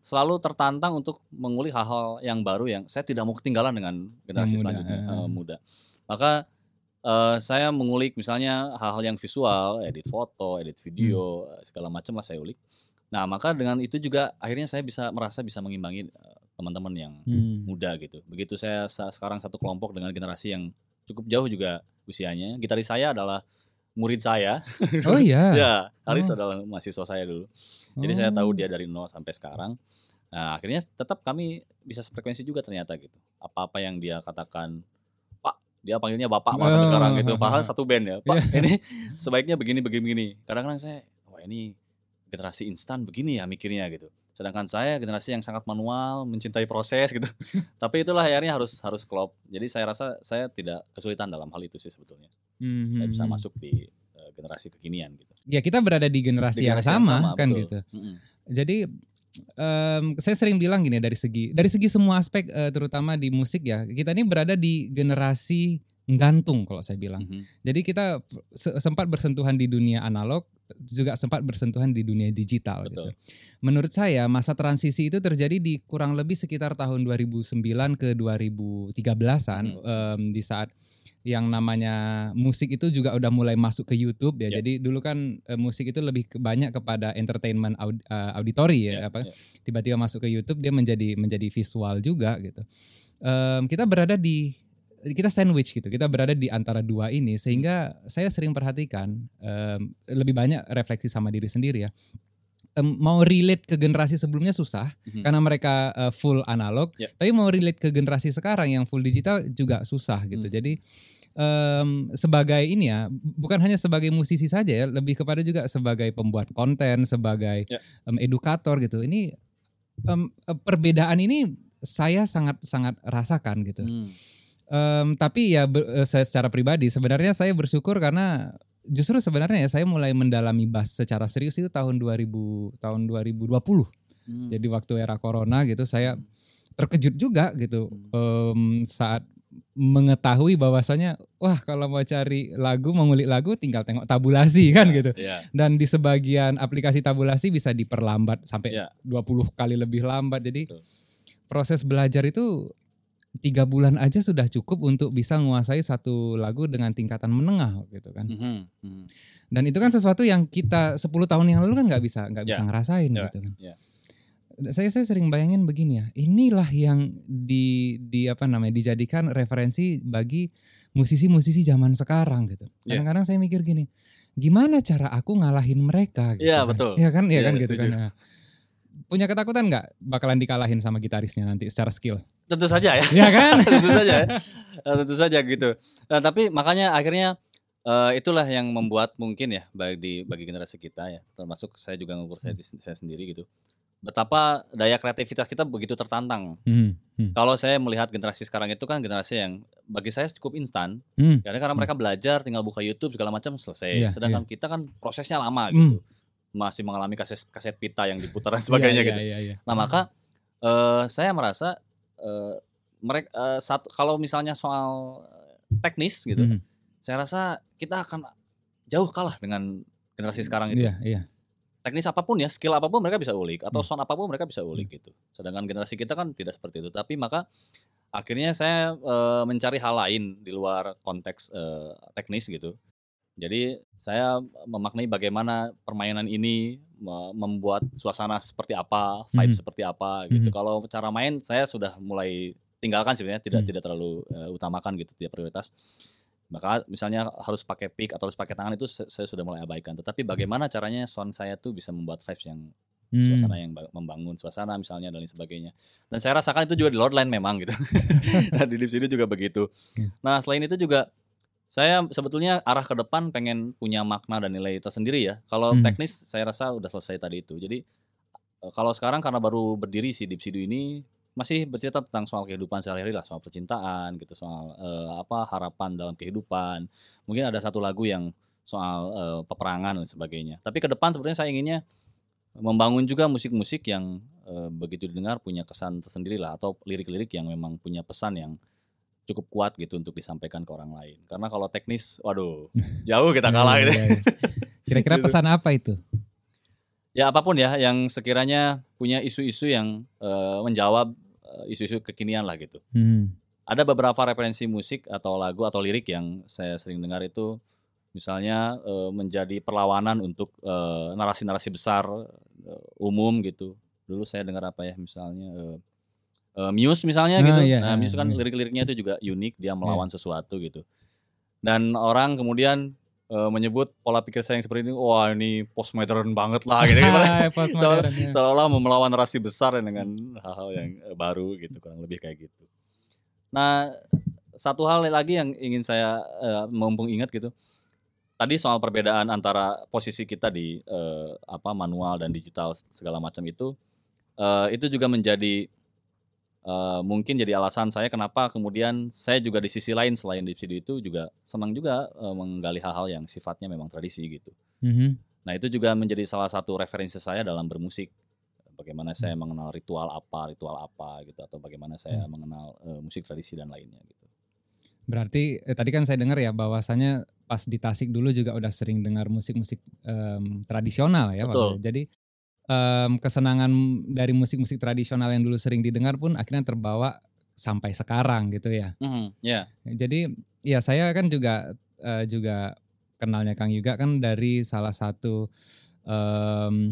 selalu tertantang untuk mengulik hal-hal yang baru yang saya tidak mau ketinggalan dengan generasi Yang muda, selanjutnya eh. uh, muda. Maka uh, saya mengulik misalnya hal-hal yang visual, edit foto, edit video, hmm. segala macam lah saya ulik. Nah, maka dengan itu juga akhirnya saya bisa merasa bisa mengimbangi uh, teman-teman yang hmm. muda gitu. Begitu saya sa- sekarang satu kelompok dengan generasi yang cukup jauh juga usianya. Gitaris saya adalah murid saya. Oh iya. Ya, Haris oh. adalah mahasiswa saya dulu. Jadi oh. saya tahu dia dari nol sampai sekarang. Nah, akhirnya tetap kami bisa sefrekuensi juga ternyata gitu. Apa-apa yang dia katakan, Pak, dia panggilnya Bapak malah sampai sekarang gitu. Padahal satu band ya. Pak, yeah. ini sebaiknya begini begini begini. Kadang-kadang saya, wah ini generasi instan begini ya mikirnya gitu. Sedangkan saya generasi yang sangat manual, mencintai proses gitu. Tapi itulah akhirnya harus harus klop. Jadi saya rasa saya tidak kesulitan dalam hal itu sih sebetulnya. Mm-hmm. Saya bisa masuk di uh, generasi kekinian gitu. Ya kita berada di generasi, di generasi yang, sama, yang sama kan betul. Gitu. Mm-hmm. Jadi um, saya sering bilang gini dari segi dari segi semua aspek uh, terutama di musik ya. Kita ini berada di generasi gantung kalau saya bilang. Mm-hmm. Jadi kita se- sempat bersentuhan di dunia analog, juga sempat bersentuhan di dunia digital. Betul. Gitu. Menurut saya masa transisi itu terjadi di kurang lebih sekitar tahun dua ribu sembilan ke dua ribu tiga belasan mm-hmm. um, di saat yang namanya musik itu juga udah mulai masuk ke YouTube ya. Yeah. Jadi dulu kan uh, musik itu lebih ke, banyak kepada entertainment aud, uh, auditori ya, yeah, apa yeah. tiba-tiba masuk ke YouTube dia menjadi menjadi visual juga gitu. Um, kita berada di kita sandwich gitu, kita berada di antara dua ini sehingga saya sering perhatikan um, lebih banyak refleksi sama diri sendiri ya. Um, mau relate ke generasi sebelumnya susah mm-hmm. karena mereka uh, full analog, yeah. tapi mau relate ke generasi sekarang yang full digital juga susah gitu. Mm. Jadi um, sebagai ini ya, bukan hanya sebagai musisi saja ya, lebih kepada juga sebagai pembuat konten, sebagai yeah. um, edukator gitu. Ini um, perbedaan ini saya sangat sangat rasakan gitu. Mm. Um, tapi ya ber, saya secara pribadi sebenarnya saya bersyukur karena justru sebenarnya ya saya mulai mendalami bass secara serius itu tahun dua ribu tahun dua ribu dua puluh. Hmm. Jadi waktu era corona gitu saya terkejut juga gitu um, saat mengetahui bahwasanya wah kalau mau cari lagu mau ngulik lagu tinggal tengok tabulasi kan yeah, gitu. Yeah. Dan di sebagian aplikasi tabulasi bisa diperlambat sampai yeah. dua puluh kali lebih lambat. Jadi Betul. Proses belajar itu tiga bulan aja sudah cukup untuk bisa menguasai satu lagu dengan tingkatan menengah gitu kan. Mm-hmm. Mm-hmm. Dan itu kan sesuatu yang kita sepuluh tahun yang lalu kan nggak bisa nggak bisa yeah. ngerasain yeah. gitu kan. Yeah. Saya saya sering bayangin begini ya. Inilah yang di di apa namanya dijadikan referensi bagi musisi-musisi zaman sekarang gitu. Yeah. Kadang-kadang saya mikir gini, gimana cara aku ngalahin mereka gitu. Iya, kan. betul. Iya kan? Iya yeah, kan gitu setuju. kan. Nah, punya ketakutan nggak bakalan dikalahin sama gitarisnya nanti secara skill? Tentu saja ya. Ya kan? Tentu saja ya. Tentu saja gitu. Nah, tapi makanya akhirnya uh, itulah yang membuat mungkin ya bagi bagi generasi kita ya, termasuk saya juga ngukur saya, saya sendiri gitu. Betapa daya kreativitas kita begitu tertantang. Hmm. Hmm. Kalau saya melihat generasi sekarang itu kan generasi yang bagi saya cukup instan. Hmm. Karena karena mereka belajar tinggal buka YouTube segala macam selesai. Yeah, Sedangkan yeah. kita kan prosesnya lama gitu. Hmm. Masih mengalami kaset kaset pita yang diputar dan sebagainya yeah, gitu. Yeah, yeah, yeah. Nah, maka uh, saya merasa Uh, mereka uh, satu kalau misalnya soal teknis gitu, mm-hmm. saya rasa kita akan jauh kalah dengan generasi sekarang itu. Yeah, yeah. Teknis apapun ya, skill apapun mereka bisa ulik atau sound apapun mereka bisa ulik mm. gitu. Sedangkan generasi kita kan tidak seperti itu. Tapi maka akhirnya saya uh, mencari hal lain di luar konteks uh, teknis gitu. Jadi saya memaknai bagaimana permainan ini membuat suasana seperti apa, vibe mm-hmm. seperti apa gitu. Mm-hmm. Kalau cara main saya sudah mulai tinggalkan sebenarnya, tidak mm-hmm. tidak terlalu uh, utamakan gitu, tidak prioritas. Maka misalnya harus pakai pick atau harus pakai tangan itu saya sudah mulai abaikan. Tetapi bagaimana caranya sound saya tuh bisa membuat vibes yang mm-hmm. suasana yang membangun suasana misalnya dan lain sebagainya. Dan saya rasakan itu juga di Lordline memang gitu. Nah, di sini juga begitu. Nah, selain itu juga saya sebetulnya arah ke depan pengen punya makna dan nilai tersendiri ya. Kalau hmm. teknis saya rasa udah selesai tadi itu. Jadi kalau sekarang karena baru berdiri si Dipsidu ini masih bercerita tentang soal kehidupan sehari-hari lah, soal percintaan gitu, soal uh, apa harapan dalam kehidupan. Mungkin ada satu lagu yang soal uh, peperangan dan sebagainya. Tapi ke depan sebetulnya saya inginnya membangun juga musik-musik yang uh, begitu didengar punya kesan tersendiri lah, atau lirik-lirik yang memang punya pesan yang cukup kuat gitu untuk disampaikan ke orang lain. Karena kalau teknis, waduh, jauh kita kalah gitu. Kira-kira pesan apa itu? Ya apapun ya yang sekiranya punya isu-isu yang uh, menjawab uh, isu-isu kekinian lah gitu. Hmm. Ada beberapa referensi musik atau lagu atau lirik yang saya sering dengar itu misalnya uh, menjadi perlawanan untuk uh, narasi-narasi besar uh, umum gitu. Dulu saya dengar apa ya misalnya uh, uh, Muse misalnya nah, gitu. Iya, nah Muse kan iya. lirik-liriknya itu juga unik, dia melawan iya. sesuatu gitu. Dan orang kemudian uh, menyebut pola pikir saya yang seperti ini, wah ini postmodern banget lah gitu. Seolah, ya. Seolah-olah melawan narasi besar dengan hal-hal yang baru gitu, kurang lebih kayak gitu. Nah, satu hal lagi yang ingin saya uh, mumpung ingat gitu. Tadi soal perbedaan antara posisi kita di uh, apa manual dan digital segala macam itu, uh, itu juga menjadi uh, mungkin jadi alasan saya kenapa kemudian saya juga di sisi lain selain di studio itu juga senang juga uh, menggali hal-hal yang sifatnya memang tradisi gitu. Mm-hmm. Nah itu juga menjadi salah satu referensi saya dalam bermusik. Bagaimana saya mengenal ritual apa, ritual apa gitu, atau bagaimana saya hmm. mengenal uh, musik tradisi dan lainnya gitu. Berarti eh, tadi kan saya dengar ya bahwasannya pas di Tasik dulu juga udah sering dengar musik-musik um, tradisional ya. Betul. Jadi um, kesenangan dari musik-musik tradisional yang dulu sering didengar pun akhirnya terbawa sampai sekarang gitu ya. Mm-hmm. Yeah. Jadi ya saya kan juga uh, juga kenalnya Kang Yuga kan dari salah satu um,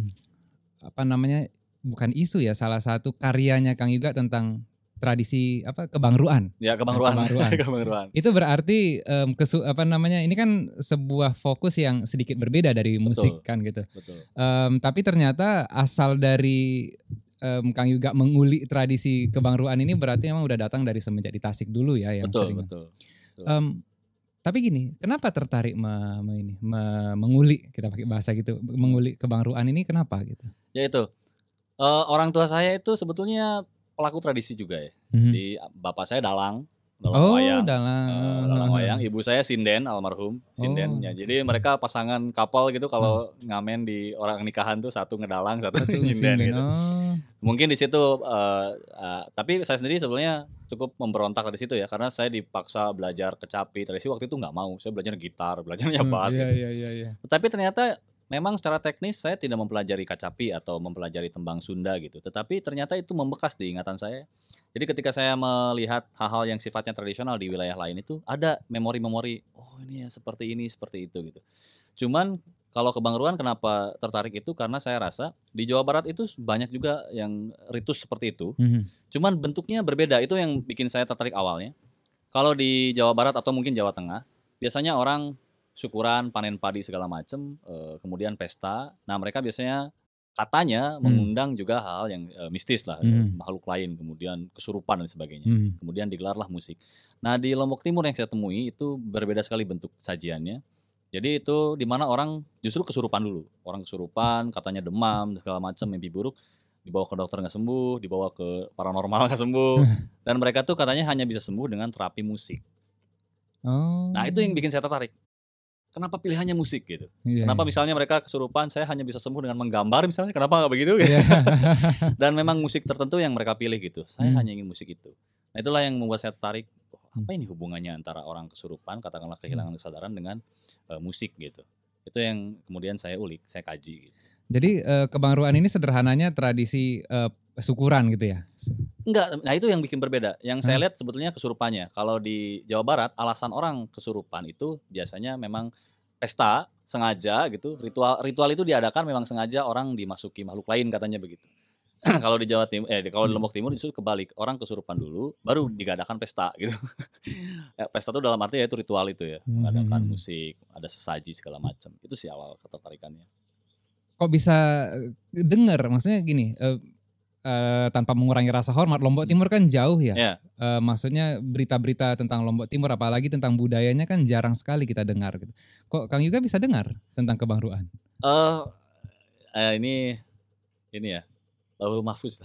apa namanya bukan isu ya, salah satu karyanya Kang Yuga tentang tradisi apa kebangruan. Ya kebangruan. Nah, kebangruan. kebangruan. Itu berarti um, kesu apa namanya ini kan sebuah fokus yang sedikit berbeda dari musik. Betul. Kan gitu. Betul. Um, tapi ternyata asal dari um, Kang Yuga mengulik tradisi kebangruan ini berarti memang udah datang dari semenjak di Tasik dulu ya yang betul, sering. Betul. Betul. Um, tapi gini, kenapa tertarik me, me ini, me, mengulik kita pakai bahasa gitu, mengulik kebangruan ini kenapa gitu? Ya itu. Uh, orang tua saya itu sebetulnya pelaku tradisi juga ya. Mm-hmm. Di bapak saya dalang, dalang oh, wayang, dalang. Uh, dalang wayang. Ibu saya sinden almarhum, sinden. Oh. Ya, jadi mereka pasangan couple gitu kalau hmm. ngamen di orang nikahan tuh satu ngedalang, satu, satu sinden, sinden gitu. Oh. Mungkin di situ, uh, uh, tapi saya sendiri sebenarnya cukup memberontak di situ ya, karena saya dipaksa belajar kecapi tradisi waktu itu nggak mau. Saya belajar gitar, belajarnya bass. Hmm, iya, gitu. Iya, iya, iya. Tapi ternyata memang secara teknis saya tidak mempelajari kacapi atau mempelajari tembang Sunda gitu. Tetapi ternyata itu membekas di ingatan saya. Jadi ketika saya melihat hal-hal yang sifatnya tradisional di wilayah lain itu ada memori-memori, oh ini ya seperti ini, seperti itu gitu. Cuman kalau kebangruan kenapa tertarik itu karena saya rasa di Jawa Barat itu banyak juga yang ritus seperti itu. Mm-hmm. Cuman bentuknya berbeda, itu yang bikin saya tertarik awalnya. Kalau di Jawa Barat atau mungkin Jawa Tengah, biasanya orang syukuran, panen padi segala macam, uh, kemudian pesta. Nah mereka biasanya katanya hmm. mengundang juga hal-hal yang uh, mistis lah, hmm. makhluk lain, kemudian kesurupan dan sebagainya. Hmm. Kemudian digelarlah musik. Nah di Lombok Timur yang saya temui itu berbeda sekali bentuk sajiannya. Jadi itu di mana orang justru kesurupan dulu. Orang kesurupan, katanya demam, segala macam, mimpi buruk. Dibawa ke dokter nggak sembuh, dibawa ke paranormal nggak sembuh. Dan mereka tuh katanya hanya bisa sembuh dengan terapi musik. Oh. Nah itu yang bikin saya tertarik. Kenapa pilihannya musik gitu? Yeah, kenapa yeah. misalnya mereka kesurupan, saya hanya bisa sembuh dengan menggambar misalnya, kenapa nggak begitu? Yeah. Dan memang musik tertentu yang mereka pilih gitu. Saya hmm. hanya ingin musik itu. Nah itulah yang membuat saya tertarik. Oh, apa ini hubungannya antara orang kesurupan, katakanlah kehilangan kesadaran dengan uh, musik gitu? Itu yang kemudian saya ulik, saya kaji. Gitu. Jadi uh, kebangruan ini sederhananya tradisi uh, syukuran gitu ya? Enggak, nah itu yang bikin berbeda. Yang hmm. saya lihat sebetulnya kesurupannya. Kalau di Jawa Barat, alasan orang kesurupan itu biasanya memang pesta, sengaja gitu. Ritual ritual itu diadakan memang sengaja orang dimasuki makhluk lain katanya begitu. Kalau di Jawa Timur, eh kalau di Lombok Timur itu kebalik. Orang kesurupan dulu, baru diadakan pesta gitu. Ya, pesta itu dalam arti yaitu ritual itu ya. Mengadakan hmm. musik, ada sesaji segala macam. Itu sih awal ketertarikannya. Kok bisa dengar? Maksudnya gini, uh, Uh, tanpa mengurangi rasa hormat, Lombok Timur kan jauh ya. Yeah. Uh, maksudnya berita-berita tentang Lombok Timur, apalagi tentang budayanya kan jarang sekali kita dengar. Gitu. Kok Kang Yuga bisa dengar tentang kebangruan? Uh, eh, ini, ini ya, Lauhul Mahfuz.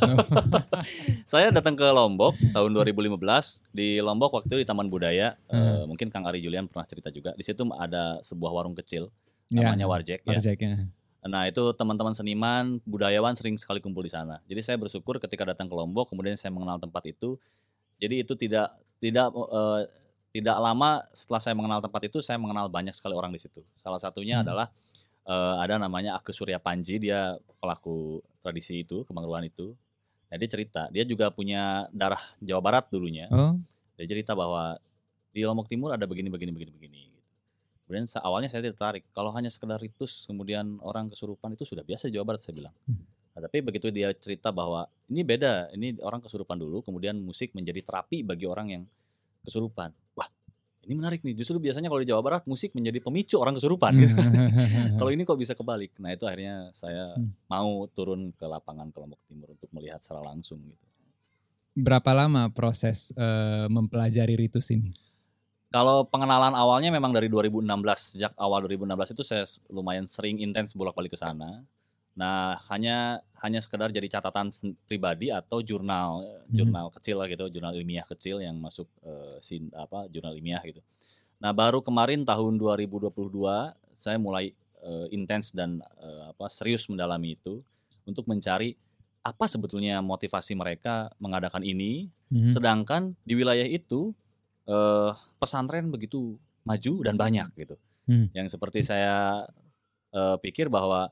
Saya datang ke Lombok tahun dua ribu lima belas. Di Lombok waktu itu di Taman Budaya, hmm. uh, mungkin Kang Ari Julian pernah cerita juga. Di situ ada sebuah warung kecil, namanya yeah. Warjek. Warjek ya. Nah itu teman-teman seniman, budayawan sering sekali kumpul di sana. Jadi saya bersyukur ketika datang ke Lombok, kemudian saya mengenal tempat itu. Jadi itu tidak tidak uh, tidak lama setelah saya mengenal tempat itu, saya mengenal banyak sekali orang di situ. Salah satunya hmm. adalah uh, ada namanya Ake Surya Panji, dia pelaku tradisi itu, kemangruan itu. Nah, dia cerita, dia juga punya darah Jawa Barat dulunya. Oh. Dia cerita bahwa di Lombok Timur ada begini, begini, begini, begini. Kemudian awalnya saya tertarik, kalau hanya sekedar ritus kemudian orang kesurupan itu sudah biasa di Jawa Barat, saya bilang. Nah, tapi begitu dia cerita bahwa ini beda, ini orang kesurupan dulu, kemudian musik menjadi terapi bagi orang yang kesurupan. Wah, ini menarik nih, justru biasanya kalau di Jawa Barat musik menjadi pemicu orang kesurupan. Gitu. Kalau ini kok bisa kebalik. Nah itu akhirnya saya mau turun ke lapangan ke Lombok Timur untuk melihat secara langsung. Gitu. Berapa lama proses uh, mempelajari ritus ini? Kalau pengenalan awalnya memang dari dua ribu enam belas, sejak awal dua ribu enam belas itu saya lumayan sering intens bolak-balik ke sana. Nah, hanya hanya sekedar jadi catatan pribadi atau jurnal, hmm. jurnal kecil lah gitu, jurnal ilmiah kecil yang masuk uh, sin apa jurnal ilmiah gitu. Nah, baru kemarin tahun dua ribu dua puluh dua saya mulai uh, intens dan uh, apa serius mendalami itu untuk mencari apa sebetulnya motivasi mereka mengadakan ini, hmm. sedangkan di wilayah itu Uh, pesantren begitu maju dan banyak gitu, hmm. yang seperti saya uh, pikir bahwa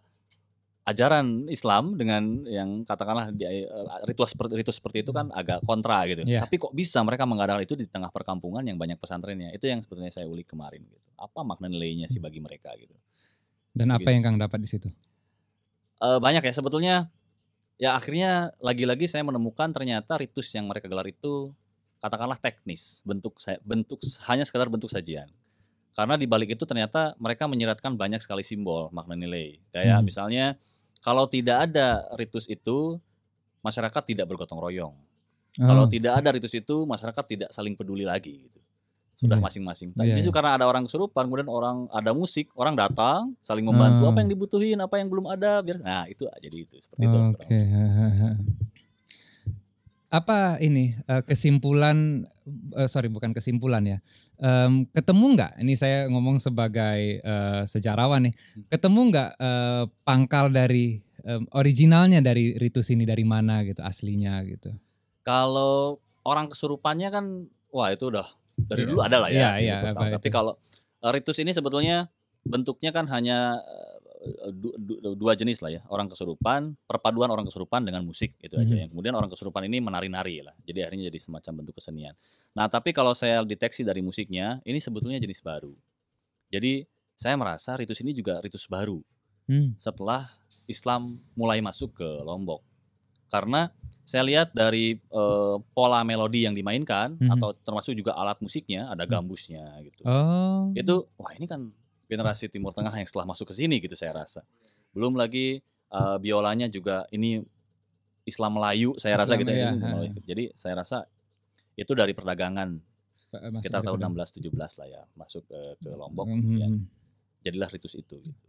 ajaran Islam dengan yang katakanlah di, uh, ritual seperti ritus seperti itu kan agak kontra gitu. Yeah. Tapi kok bisa mereka mengadakan itu di tengah perkampungan yang banyak pesantrennya? Itu yang sebetulnya saya ulik kemarin. Gitu. Apa makna nilainya sih bagi mereka gitu? Dan apa gitu. Yang Kang dapat di situ? Uh, banyak ya sebetulnya. Ya akhirnya lagi-lagi saya menemukan ternyata ritus yang mereka gelar itu katakanlah teknis, bentuk bentuk hanya sekadar bentuk sajian. Karena di balik itu ternyata mereka menyiratkan banyak sekali simbol, makna nilai. Kayak hmm. misalnya kalau tidak ada ritus itu, masyarakat tidak bergotong royong. Oh. Kalau tidak ada ritus itu, masyarakat tidak saling peduli lagi gitu. Sudah yeah. masing-masing. Tapi yeah, justru yeah. karena ada orang kesurupan, kemudian orang ada musik, orang datang saling membantu, oh. apa yang dibutuhin, apa yang belum ada, biar nah itu jadi itu seperti oh, itu. Okay. Apa ini kesimpulan uh, sorry bukan kesimpulan ya um, ketemu nggak ini saya ngomong sebagai uh, sejarawan nih, ketemu nggak uh, pangkal dari um, originalnya dari ritus ini dari mana gitu aslinya gitu? Kalau orang kesurupannya kan wah itu udah dari yeah. dulu ada lah ya, yeah, gitu, yeah, tapi kalau uh, ritus ini sebetulnya bentuknya kan hanya Du, du, dua jenis lah ya, orang kesurupan, perpaduan orang kesurupan dengan musik itu aja. Mm-hmm. Yang kemudian orang kesurupan ini menari-nari lah, jadi akhirnya jadi semacam bentuk kesenian. Nah tapi kalau saya deteksi dari musiknya, ini sebetulnya jenis baru. Jadi saya merasa ritus ini juga ritus baru mm. setelah Islam mulai masuk ke Lombok. Karena saya lihat dari uh, pola melodi yang dimainkan mm-hmm. atau termasuk juga alat musiknya, ada gambusnya gitu. Oh. Itu wah ini kan generasi Timur Tengah yang setelah masuk ke sini gitu saya rasa. Belum lagi uh, biolanya juga ini Islam Melayu saya Islam rasa gitu ya. Ya. Jadi saya rasa itu dari perdagangan masuk sekitar tahun enam belas tujuh belas lah ya masuk ke, ke Lombok mm-hmm. ya. Jadilah ritus itu gitu.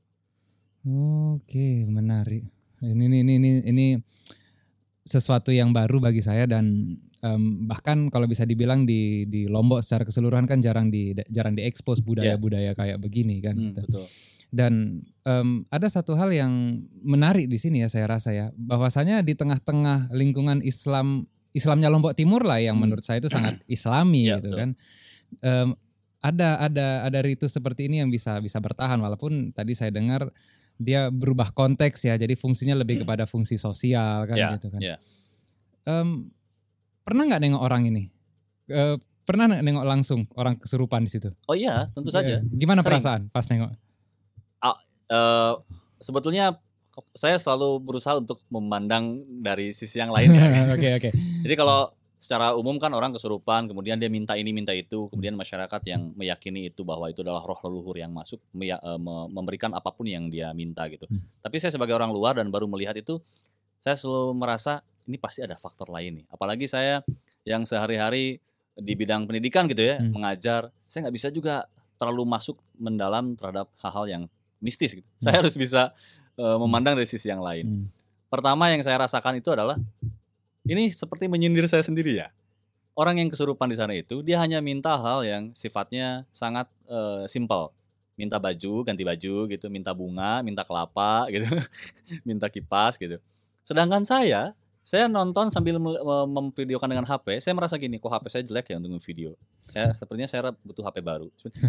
Oke, menarik. Ini ini ini ini sesuatu yang baru bagi saya dan um, bahkan kalau bisa dibilang di di Lombok secara keseluruhan kan jarang di jarang diekspos budaya-budaya kayak begini kan. Hmm, betul. Dan um, ada satu hal yang menarik di sini ya saya rasa ya, bahwasanya di tengah-tengah lingkungan Islam Islamnya Lombok Timur lah yang hmm. menurut saya itu sangat Islami ya, gitu betul. Kan. Um, ada ada ada ritus seperti ini yang bisa bisa bertahan walaupun tadi saya dengar dia berubah konteks ya, jadi fungsinya lebih kepada fungsi sosial kan yeah, gitu kan. Yeah. Um, pernah nggak nengok orang ini? Uh, pernah nggak nengok langsung orang kesurupan di situ? Oh iya, tentu saja. Gimana Sering. perasaan pas nengok? Uh, uh, sebetulnya saya selalu berusaha untuk memandang dari sisi yang lain ya. Oke oke. Jadi kalau secara umum kan orang kesurupan, kemudian dia minta ini minta itu, kemudian masyarakat yang meyakini itu bahwa itu adalah roh leluhur yang masuk memberikan apapun yang dia minta gitu. Hmm. Tapi saya sebagai orang luar dan baru melihat itu, saya selalu merasa ini pasti ada faktor lain nih. Apalagi saya yang sehari-hari di bidang pendidikan gitu ya, hmm. mengajar, saya nggak bisa juga terlalu masuk mendalam terhadap hal-hal yang mistis gitu. Hmm. Saya harus bisa uh, memandang dari sisi yang lain. Hmm. Pertama yang saya rasakan itu adalah ini seperti menyindir saya sendiri ya. Orang yang kesurupan di sana itu dia hanya minta hal yang sifatnya sangat uh, simpel. Minta baju, ganti baju gitu, minta bunga, minta kelapa gitu, minta kipas gitu. Sedangkan saya, saya nonton sambil memvideokan dengan H P, saya merasa gini, kok H P saya jelek ya untuk video. Ya, sepertinya saya butuh H P baru.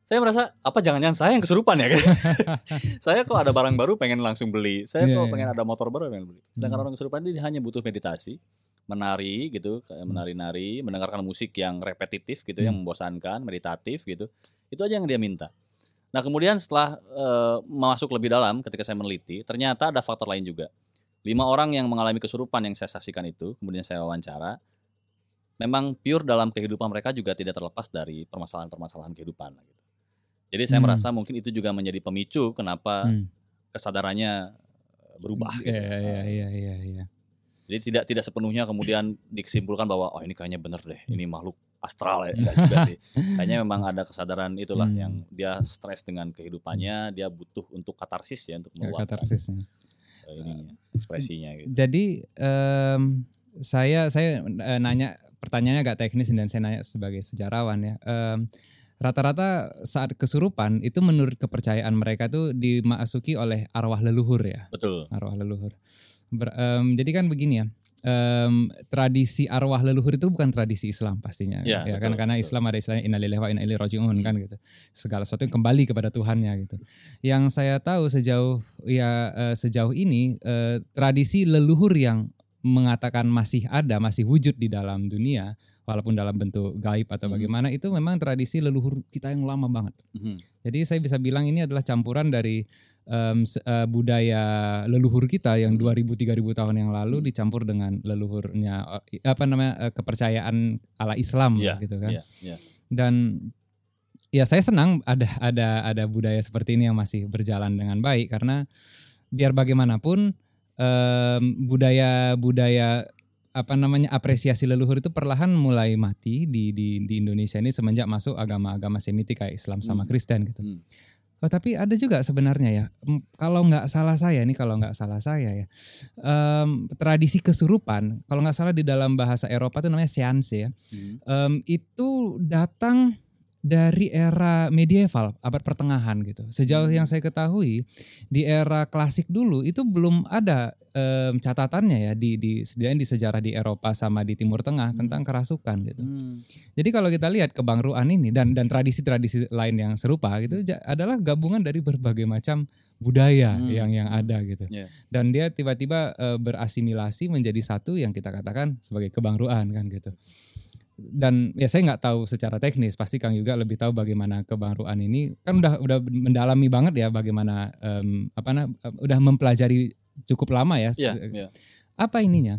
saya merasa apa jangan-jangan saya yang kesurupan ya? Saya kok ada barang baru pengen langsung beli. Saya yeah, kok yeah. pengen ada motor baru pengen beli. Sedangkan hmm. orang kesurupan ini hanya butuh meditasi, menari gitu, kayak menari-nari, mendengarkan musik yang repetitif gitu, hmm. yang membosankan, meditatif gitu. Itu aja yang dia minta. Nah kemudian setelah uh, masuk lebih dalam, ketika saya meneliti, ternyata ada faktor lain juga. Lima orang yang mengalami kesurupan yang saya saksikan itu, kemudian saya wawancara, memang pure dalam kehidupan mereka juga tidak terlepas dari permasalahan-permasalahan kehidupan. Gitu. Jadi saya hmm. merasa mungkin itu juga menjadi pemicu kenapa hmm. kesadarannya berubah. Iya, gitu. iya, iya, iya, iya. Jadi tidak tidak sepenuhnya kemudian disimpulkan bahwa oh ini kayaknya bener deh, ini makhluk astral ya. Enggak juga sih. Kayaknya memang ada kesadaran itulah hmm. yang dia stres dengan kehidupannya, dia butuh untuk katarsis ya, untuk meluapkan katarsisnya. Ininya, ekspresinya gitu. Jadi um, saya saya uh, nanya pertanyaannya agak teknis dan saya nanya sebagai sejarawan ya. Um, Rata-rata saat kesurupan itu menurut kepercayaan mereka tuh dimasuki oleh arwah leluhur ya. Betul. Arwah leluhur. Ber, um, jadi kan begini ya, um, tradisi arwah leluhur itu bukan tradisi Islam pastinya. Ya, ya betul, kan karena betul. Islam ada istilahnya inna lillahi wa inna ilaihi raji'un kan gitu. Segala sesuatu yang kembali kepada Tuhannya gitu. Yang saya tahu sejauh ya uh, sejauh ini uh, tradisi leluhur yang mengatakan masih ada, masih wujud di dalam dunia, walaupun dalam bentuk gaib atau bagaimana, mm-hmm. itu memang tradisi leluhur kita yang lama banget. Mm-hmm. Jadi saya bisa bilang ini adalah campuran dari um, uh, budaya leluhur kita yang mm-hmm. dua ribu tiga ribu tahun yang lalu mm-hmm. dicampur dengan leluhurnya apa namanya uh, kepercayaan ala Islam yeah, gitu kan. Yeah, yeah. Dan ya saya senang ada ada ada budaya seperti ini yang masih berjalan dengan baik karena biar bagaimanapun Um, budaya-budaya apa namanya apresiasi leluhur itu perlahan mulai mati di di di Indonesia ini semenjak masuk agama-agama Semitik kayak Islam sama hmm. Kristen gitu. Hmm. Oh, tapi ada juga sebenarnya ya, kalau nggak salah saya nih kalau nggak salah saya ya, um, tradisi kesurupan kalau nggak salah di dalam bahasa Eropa itu namanya seance ya, hmm. um, itu datang dari era medieval, abad pertengahan gitu. Sejauh yang saya ketahui, di era klasik dulu itu belum ada um, catatannya ya di di di sejarah di Eropa sama di Timur Tengah hmm. tentang kerasukan gitu. Hmm. Jadi kalau kita lihat kebangruan ini dan dan tradisi-tradisi lain yang serupa gitu adalah gabungan dari berbagai macam budaya hmm. yang yang ada gitu. Yeah. Dan dia tiba-tiba uh, berasimilasi menjadi satu yang kita katakan sebagai kebangruan kan gitu. Dan ya saya nggak tahu secara teknis, pasti Kang juga lebih tahu bagaimana kebangruan ini kan udah udah mendalami banget ya bagaimana um, apa nah, udah mempelajari cukup lama ya. Yeah, yeah. Apa ininya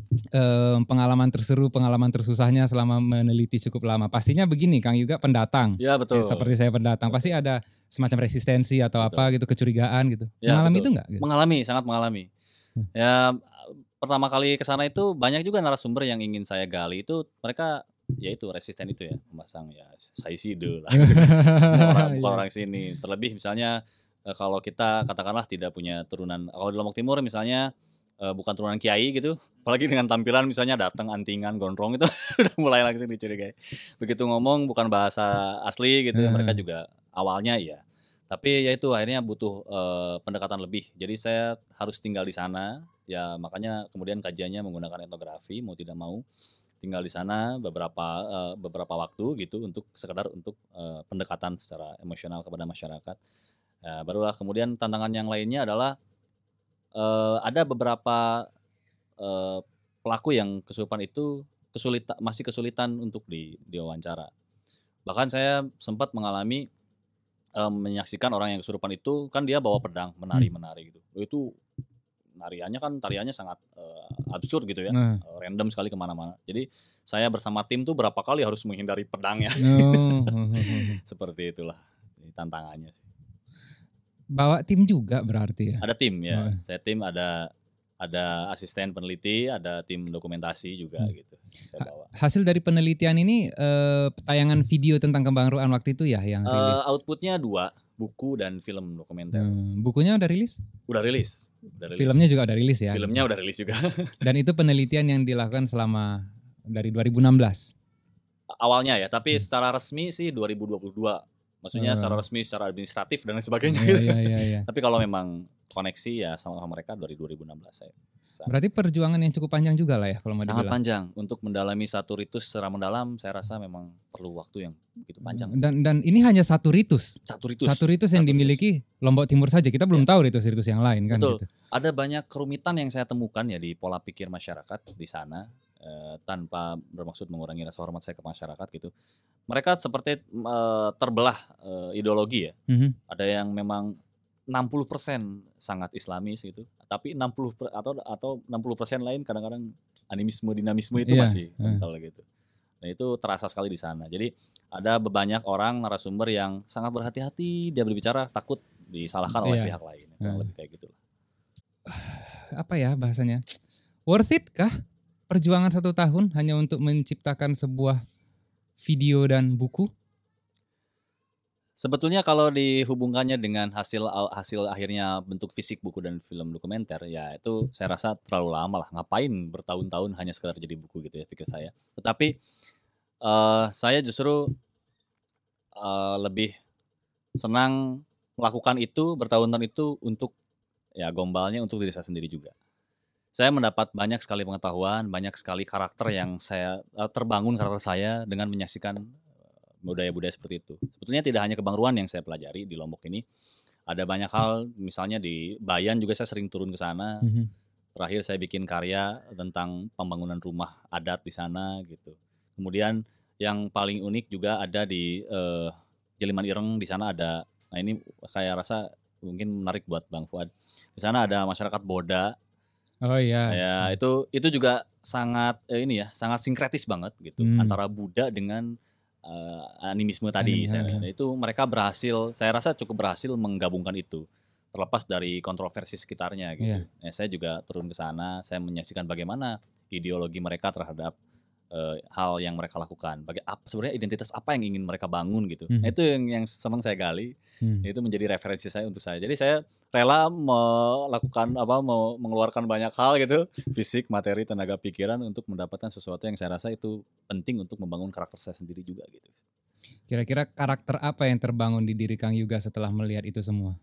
um, pengalaman terseru, pengalaman tersusahnya selama meneliti cukup lama. Pastinya begini Kang juga pendatang. Ya betul. Ya, seperti saya pendatang, betul. Pasti ada semacam resistensi atau betul. Apa gitu, kecurigaan gitu. Ya, mengalami betul. Itu nggak? Gitu? Mengalami, sangat mengalami. Hmm. Ya. Pertama kali ke sana itu banyak juga narasumber yang ingin saya gali itu mereka ya itu resisten itu ya memasang ya saya side lah orang, bukan orang sini terlebih misalnya kalau kita katakanlah tidak punya turunan kalau di Lombok Timur misalnya bukan turunan kiai gitu apalagi dengan tampilan misalnya datang antingan gondrong itu udah mulai langsung dicurigai begitu ngomong bukan bahasa asli gitu ya, mereka juga awalnya ya tapi ya itu akhirnya butuh uh, pendekatan lebih jadi saya harus tinggal di sana. Ya makanya kemudian kajiannya menggunakan etnografi mau tidak mau tinggal di sana beberapa uh, beberapa waktu gitu untuk sekedar untuk uh, pendekatan secara emosional kepada masyarakat. Uh, barulah kemudian tantangan yang lainnya adalah uh, ada beberapa uh, pelaku yang kesurupan itu kesulitan masih kesulitan untuk di diwawancara. Bahkan saya sempat mengalami um, menyaksikan orang yang kesurupan itu kan dia bawa pedang menari-menari gitu. Itu tariannya kan tariannya sangat uh, absurd gitu ya, nah. uh, random sekali kemana-mana. Jadi saya bersama tim tuh berapa kali harus menghindari pedangnya. Oh. Seperti itulah tantangannya sih. Bawa tim juga berarti ya? Ada tim ya, oh. saya tim ada ada asisten peneliti, ada tim dokumentasi juga hmm. gitu. Saya bawa. Hasil dari penelitian ini uh, tayangan video tentang kebangruan waktu itu ya yang rilis? Uh, outputnya dua, buku dan film dokumenter. Hmm. Bukunya udah rilis? Udah rilis. Udah rilis. Filmnya juga udah rilis ya? Filmnya udah rilis juga. Dan itu penelitian yang dilakukan selama dari dua ribu enam belas? Awalnya ya, tapi hmm. secara resmi sih dua ribu dua puluh dua. Maksudnya uh. secara resmi, secara administratif dan lain sebagainya. Iya, iya, iya, iya. Tapi kalau memang koneksi ya sama mereka dari dua ribu enam belas saya. Berarti perjuangan yang cukup panjang juga lah ya kalau mau dibilang. Sangat dibilang. panjang. Untuk mendalami satu ritus secara mendalam saya rasa memang perlu waktu yang begitu panjang. Dan dan ini hanya satu ritus. Satu ritus. Satu ritus yang satu dimiliki ritus. Lombok Timur saja. Kita belum ya. tahu ritus-ritus yang lain kan. Betul. Gitu. Ada banyak kerumitan yang saya temukan ya di pola pikir masyarakat di sana eh, tanpa bermaksud mengurangi rasa hormat saya ke masyarakat gitu. Mereka seperti eh, terbelah eh, ideologi ya. Mm-hmm. Ada yang memang enam puluh persen sangat Islamis gitu, tapi enam puluh atau atau enam puluh persen lain kadang-kadang animisme dinamisme itu yeah, masih kental yeah. gitu. Nah itu terasa sekali di sana. Jadi ada banyak orang narasumber yang sangat berhati-hati dia berbicara takut disalahkan oleh yeah. pihak lain. Yeah. Lebih kayak gitu. Apa ya bahasanya? Worth it kah perjuangan satu tahun hanya untuk menciptakan sebuah video dan buku? Sebetulnya kalau dihubungkannya dengan hasil hasil akhirnya bentuk fisik buku dan film dokumenter, ya itu saya rasa terlalu lama lah. Ngapain bertahun-tahun hanya sekedar jadi buku gitu ya pikir saya. Tetapi uh, saya justru uh, lebih senang melakukan itu bertahun-tahun itu untuk ya gombalnya untuk diri saya sendiri juga. Saya mendapat banyak sekali pengetahuan, banyak sekali karakter yang saya uh, terbangun karakter saya dengan menyaksikan budaya-budaya seperti itu. Sebetulnya tidak hanya Kebang Ruan yang saya pelajari di Lombok ini. Ada banyak hal, misalnya di Bayan juga saya sering turun ke sana. Mm-hmm. Terakhir saya bikin karya tentang pembangunan rumah adat di sana gitu. Kemudian yang paling unik juga ada di uh, Jeliman Ireng, di sana ada, nah ini saya rasa mungkin menarik buat Bang Fuad. Di sana ada masyarakat Boda. Oh iya. Ya, hmm. itu itu juga sangat eh, ini ya, sangat sinkretis banget gitu hmm. antara Buddha dengan Uh, animisme tadi. Anime, saya, ya. Itu mereka berhasil, saya rasa cukup berhasil menggabungkan itu, terlepas dari kontroversi sekitarnya gitu. Yeah. Ya, saya juga turun ke sana, saya menyaksikan bagaimana ideologi mereka terhadap uh, hal yang mereka lakukan. Baga- apa, sebenarnya identitas apa yang ingin mereka bangun gitu. Mm-hmm. Nah, itu yang yang senang saya gali. Mm. Itu menjadi referensi saya untuk saya. Jadi saya rela melakukan apa, mau mengeluarkan banyak hal gitu, fisik, materi, tenaga pikiran untuk mendapatkan sesuatu yang saya rasa itu penting untuk membangun karakter saya sendiri juga gitu. Kira-kira karakter apa yang terbangun di diri Kang Yuga setelah melihat itu semua?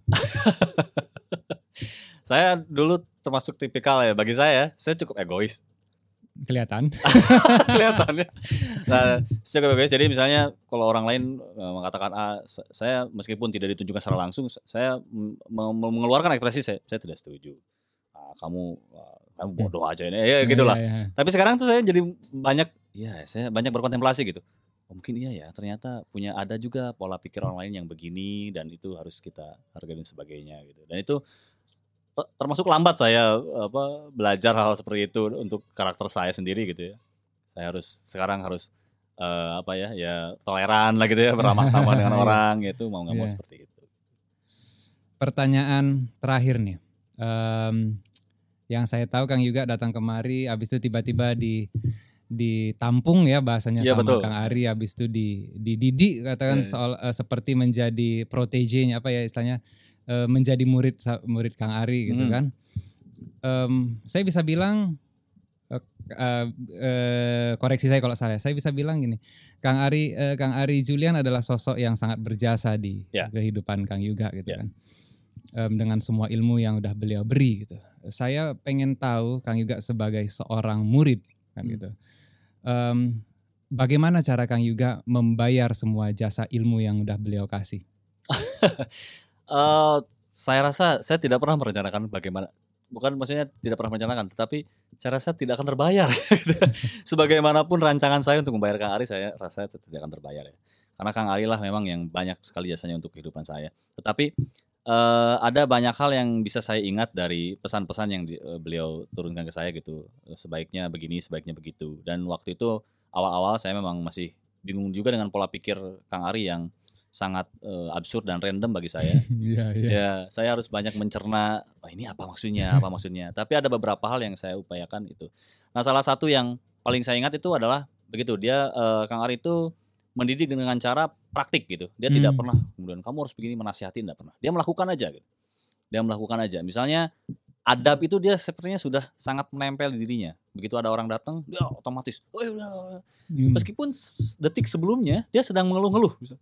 Saya dulu termasuk tipikal ya, bagi saya, saya cukup egois. Kelihatan. Kelihatan ya. Nah, cukup egois. Jadi misalnya kalau orang lain mengatakan ah, saya meskipun tidak ditunjukkan secara langsung, saya mengeluarkan ekspresi saya, saya tidak setuju. Ah, kamu, kamu bodoh aja ini, ya gitulah. Ya, ya, ya. Tapi sekarang tuh saya jadi banyak, ya saya banyak berkontemplasi gitu. Oh, mungkin iya ya, ternyata punya ada juga pola pikir orang lain yang begini dan itu harus kita hargai dan sebagainya gitu. Dan itu termasuk lambat saya apa belajar hal seperti itu untuk karakter saya sendiri gitu ya. Saya harus sekarang harus uh, apa ya ya toleran lah gitu ya, beramah tamah dengan orang gitu, mau nggak mau yeah. seperti itu. Pertanyaan terakhir nih, um, yang saya tahu Kang Yuga datang kemari, abis itu tiba-tiba di ditampung ya bahasanya ya, sama betul. Kang Ari, abis itu di dididik katakan yeah. soal uh, seperti menjadi protege-nya apa ya istilahnya. Menjadi murid murid Kang Ari gitu hmm. kan, um, saya bisa bilang uh, uh, uh, koreksi saya kalau salah, saya bisa bilang gini, Kang Ari uh, Kang Ari Julian adalah sosok yang sangat berjasa di yeah. kehidupan Kang Yuga gitu yeah. kan, um, dengan semua ilmu yang udah beliau beri gitu. Saya pengen tahu Kang Yuga sebagai seorang murid kan hmm. gitu, um, bagaimana cara Kang Yuga membayar semua jasa ilmu yang udah beliau kasih? Uh, saya rasa saya tidak pernah merencanakan bagaimana, bukan maksudnya tidak pernah merencanakan, tetapi saya rasa tidak akan terbayar. Sebagaimanapun rancangan saya untuk membayar Kang Ari, saya rasa tidak akan terbayar ya. Karena Kang Ari lah memang yang banyak sekali jasanya untuk kehidupan saya. Tetapi uh, ada banyak hal yang bisa saya ingat dari pesan-pesan yang di, uh, beliau turunkan ke saya gitu. Sebaiknya begini, sebaiknya begitu. Dan waktu itu awal-awal saya memang masih bingung juga dengan pola pikir Kang Ari yang sangat uh, absurd dan random bagi saya. yeah, yeah. Ya, saya harus banyak mencerna, oh, ini apa maksudnya, apa maksudnya. Tapi ada beberapa hal yang saya upayakan itu. Nah, salah satu yang paling saya ingat itu adalah begitu dia uh, Kang Ari itu mendidik dengan cara praktik gitu. Dia hmm. tidak pernah kemudian kamu harus begini menasihati, tidak pernah. Dia melakukan aja gitu. Dia melakukan aja. Misalnya adab itu dia sepertinya sudah sangat menempel di dirinya. Begitu ada orang datang, dia otomatis. Oh, hmm. Meskipun detik sebelumnya dia sedang mengeluh-ngeluh.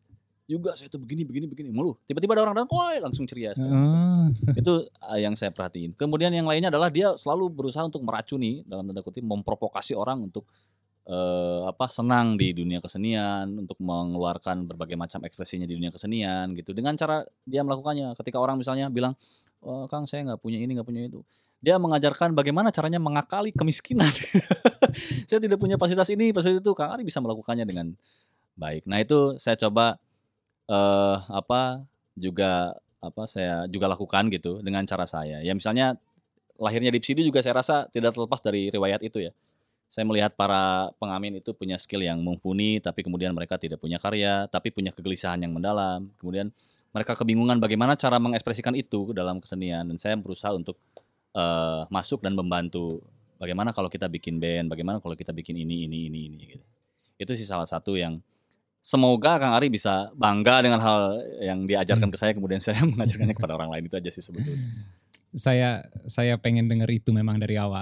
Juga saya tuh begini begini begini mulu. Tiba-tiba ada orang datang, wah langsung ceria. Uh. Itu uh, yang saya perhatiin. Kemudian yang lainnya adalah dia selalu berusaha untuk meracuni dalam tanda kutip, memprovokasi orang untuk uh, apa senang di dunia kesenian, untuk mengeluarkan berbagai macam ekspresinya di dunia kesenian gitu. Dengan cara dia melakukannya. Ketika orang misalnya bilang, oh, Kang saya nggak punya ini nggak punya itu. Dia mengajarkan bagaimana caranya mengakali kemiskinan. Saya tidak punya fasilitas ini, fasilitas itu. Kang Ari bisa melakukannya dengan baik. Nah itu saya coba Uh, apa juga apa saya juga lakukan gitu dengan cara saya. Ya misalnya lahirnya Dipsidu juga saya rasa tidak terlepas dari riwayat itu ya. Saya melihat para pengamen itu punya skill yang mumpuni, tapi kemudian mereka tidak punya karya, tapi punya kegelisahan yang mendalam. Kemudian mereka kebingungan bagaimana cara mengekspresikan itu dalam kesenian, dan saya berusaha untuk uh, masuk dan membantu. Bagaimana kalau kita bikin band, bagaimana kalau kita bikin ini ini ini ini gitu. Itu sih salah satu yang semoga Kang Ari bisa bangga dengan hal yang diajarkan ke saya, kemudian saya mengajarkannya kepada orang lain. Itu aja sih sebetulnya. Saya saya pengen denger itu memang dari awal.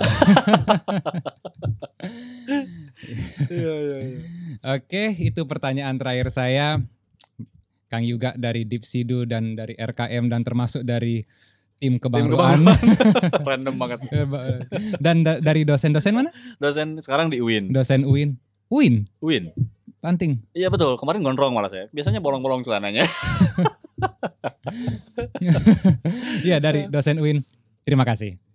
Iya, iya, iya. Oke, itu pertanyaan terakhir saya. Kang Yuga dari Dipsidu dan dari R K M dan termasuk dari tim kebangruan. Random banget. Dan da- dari dosen-dosen mana? Dosen sekarang di U I N. Dosen U I N. U I N? U I N. Panting. Iya betul, kemarin gondrong malah saya. Biasanya bolong-bolong celananya. Iya dari dosen U I N. Terima kasih.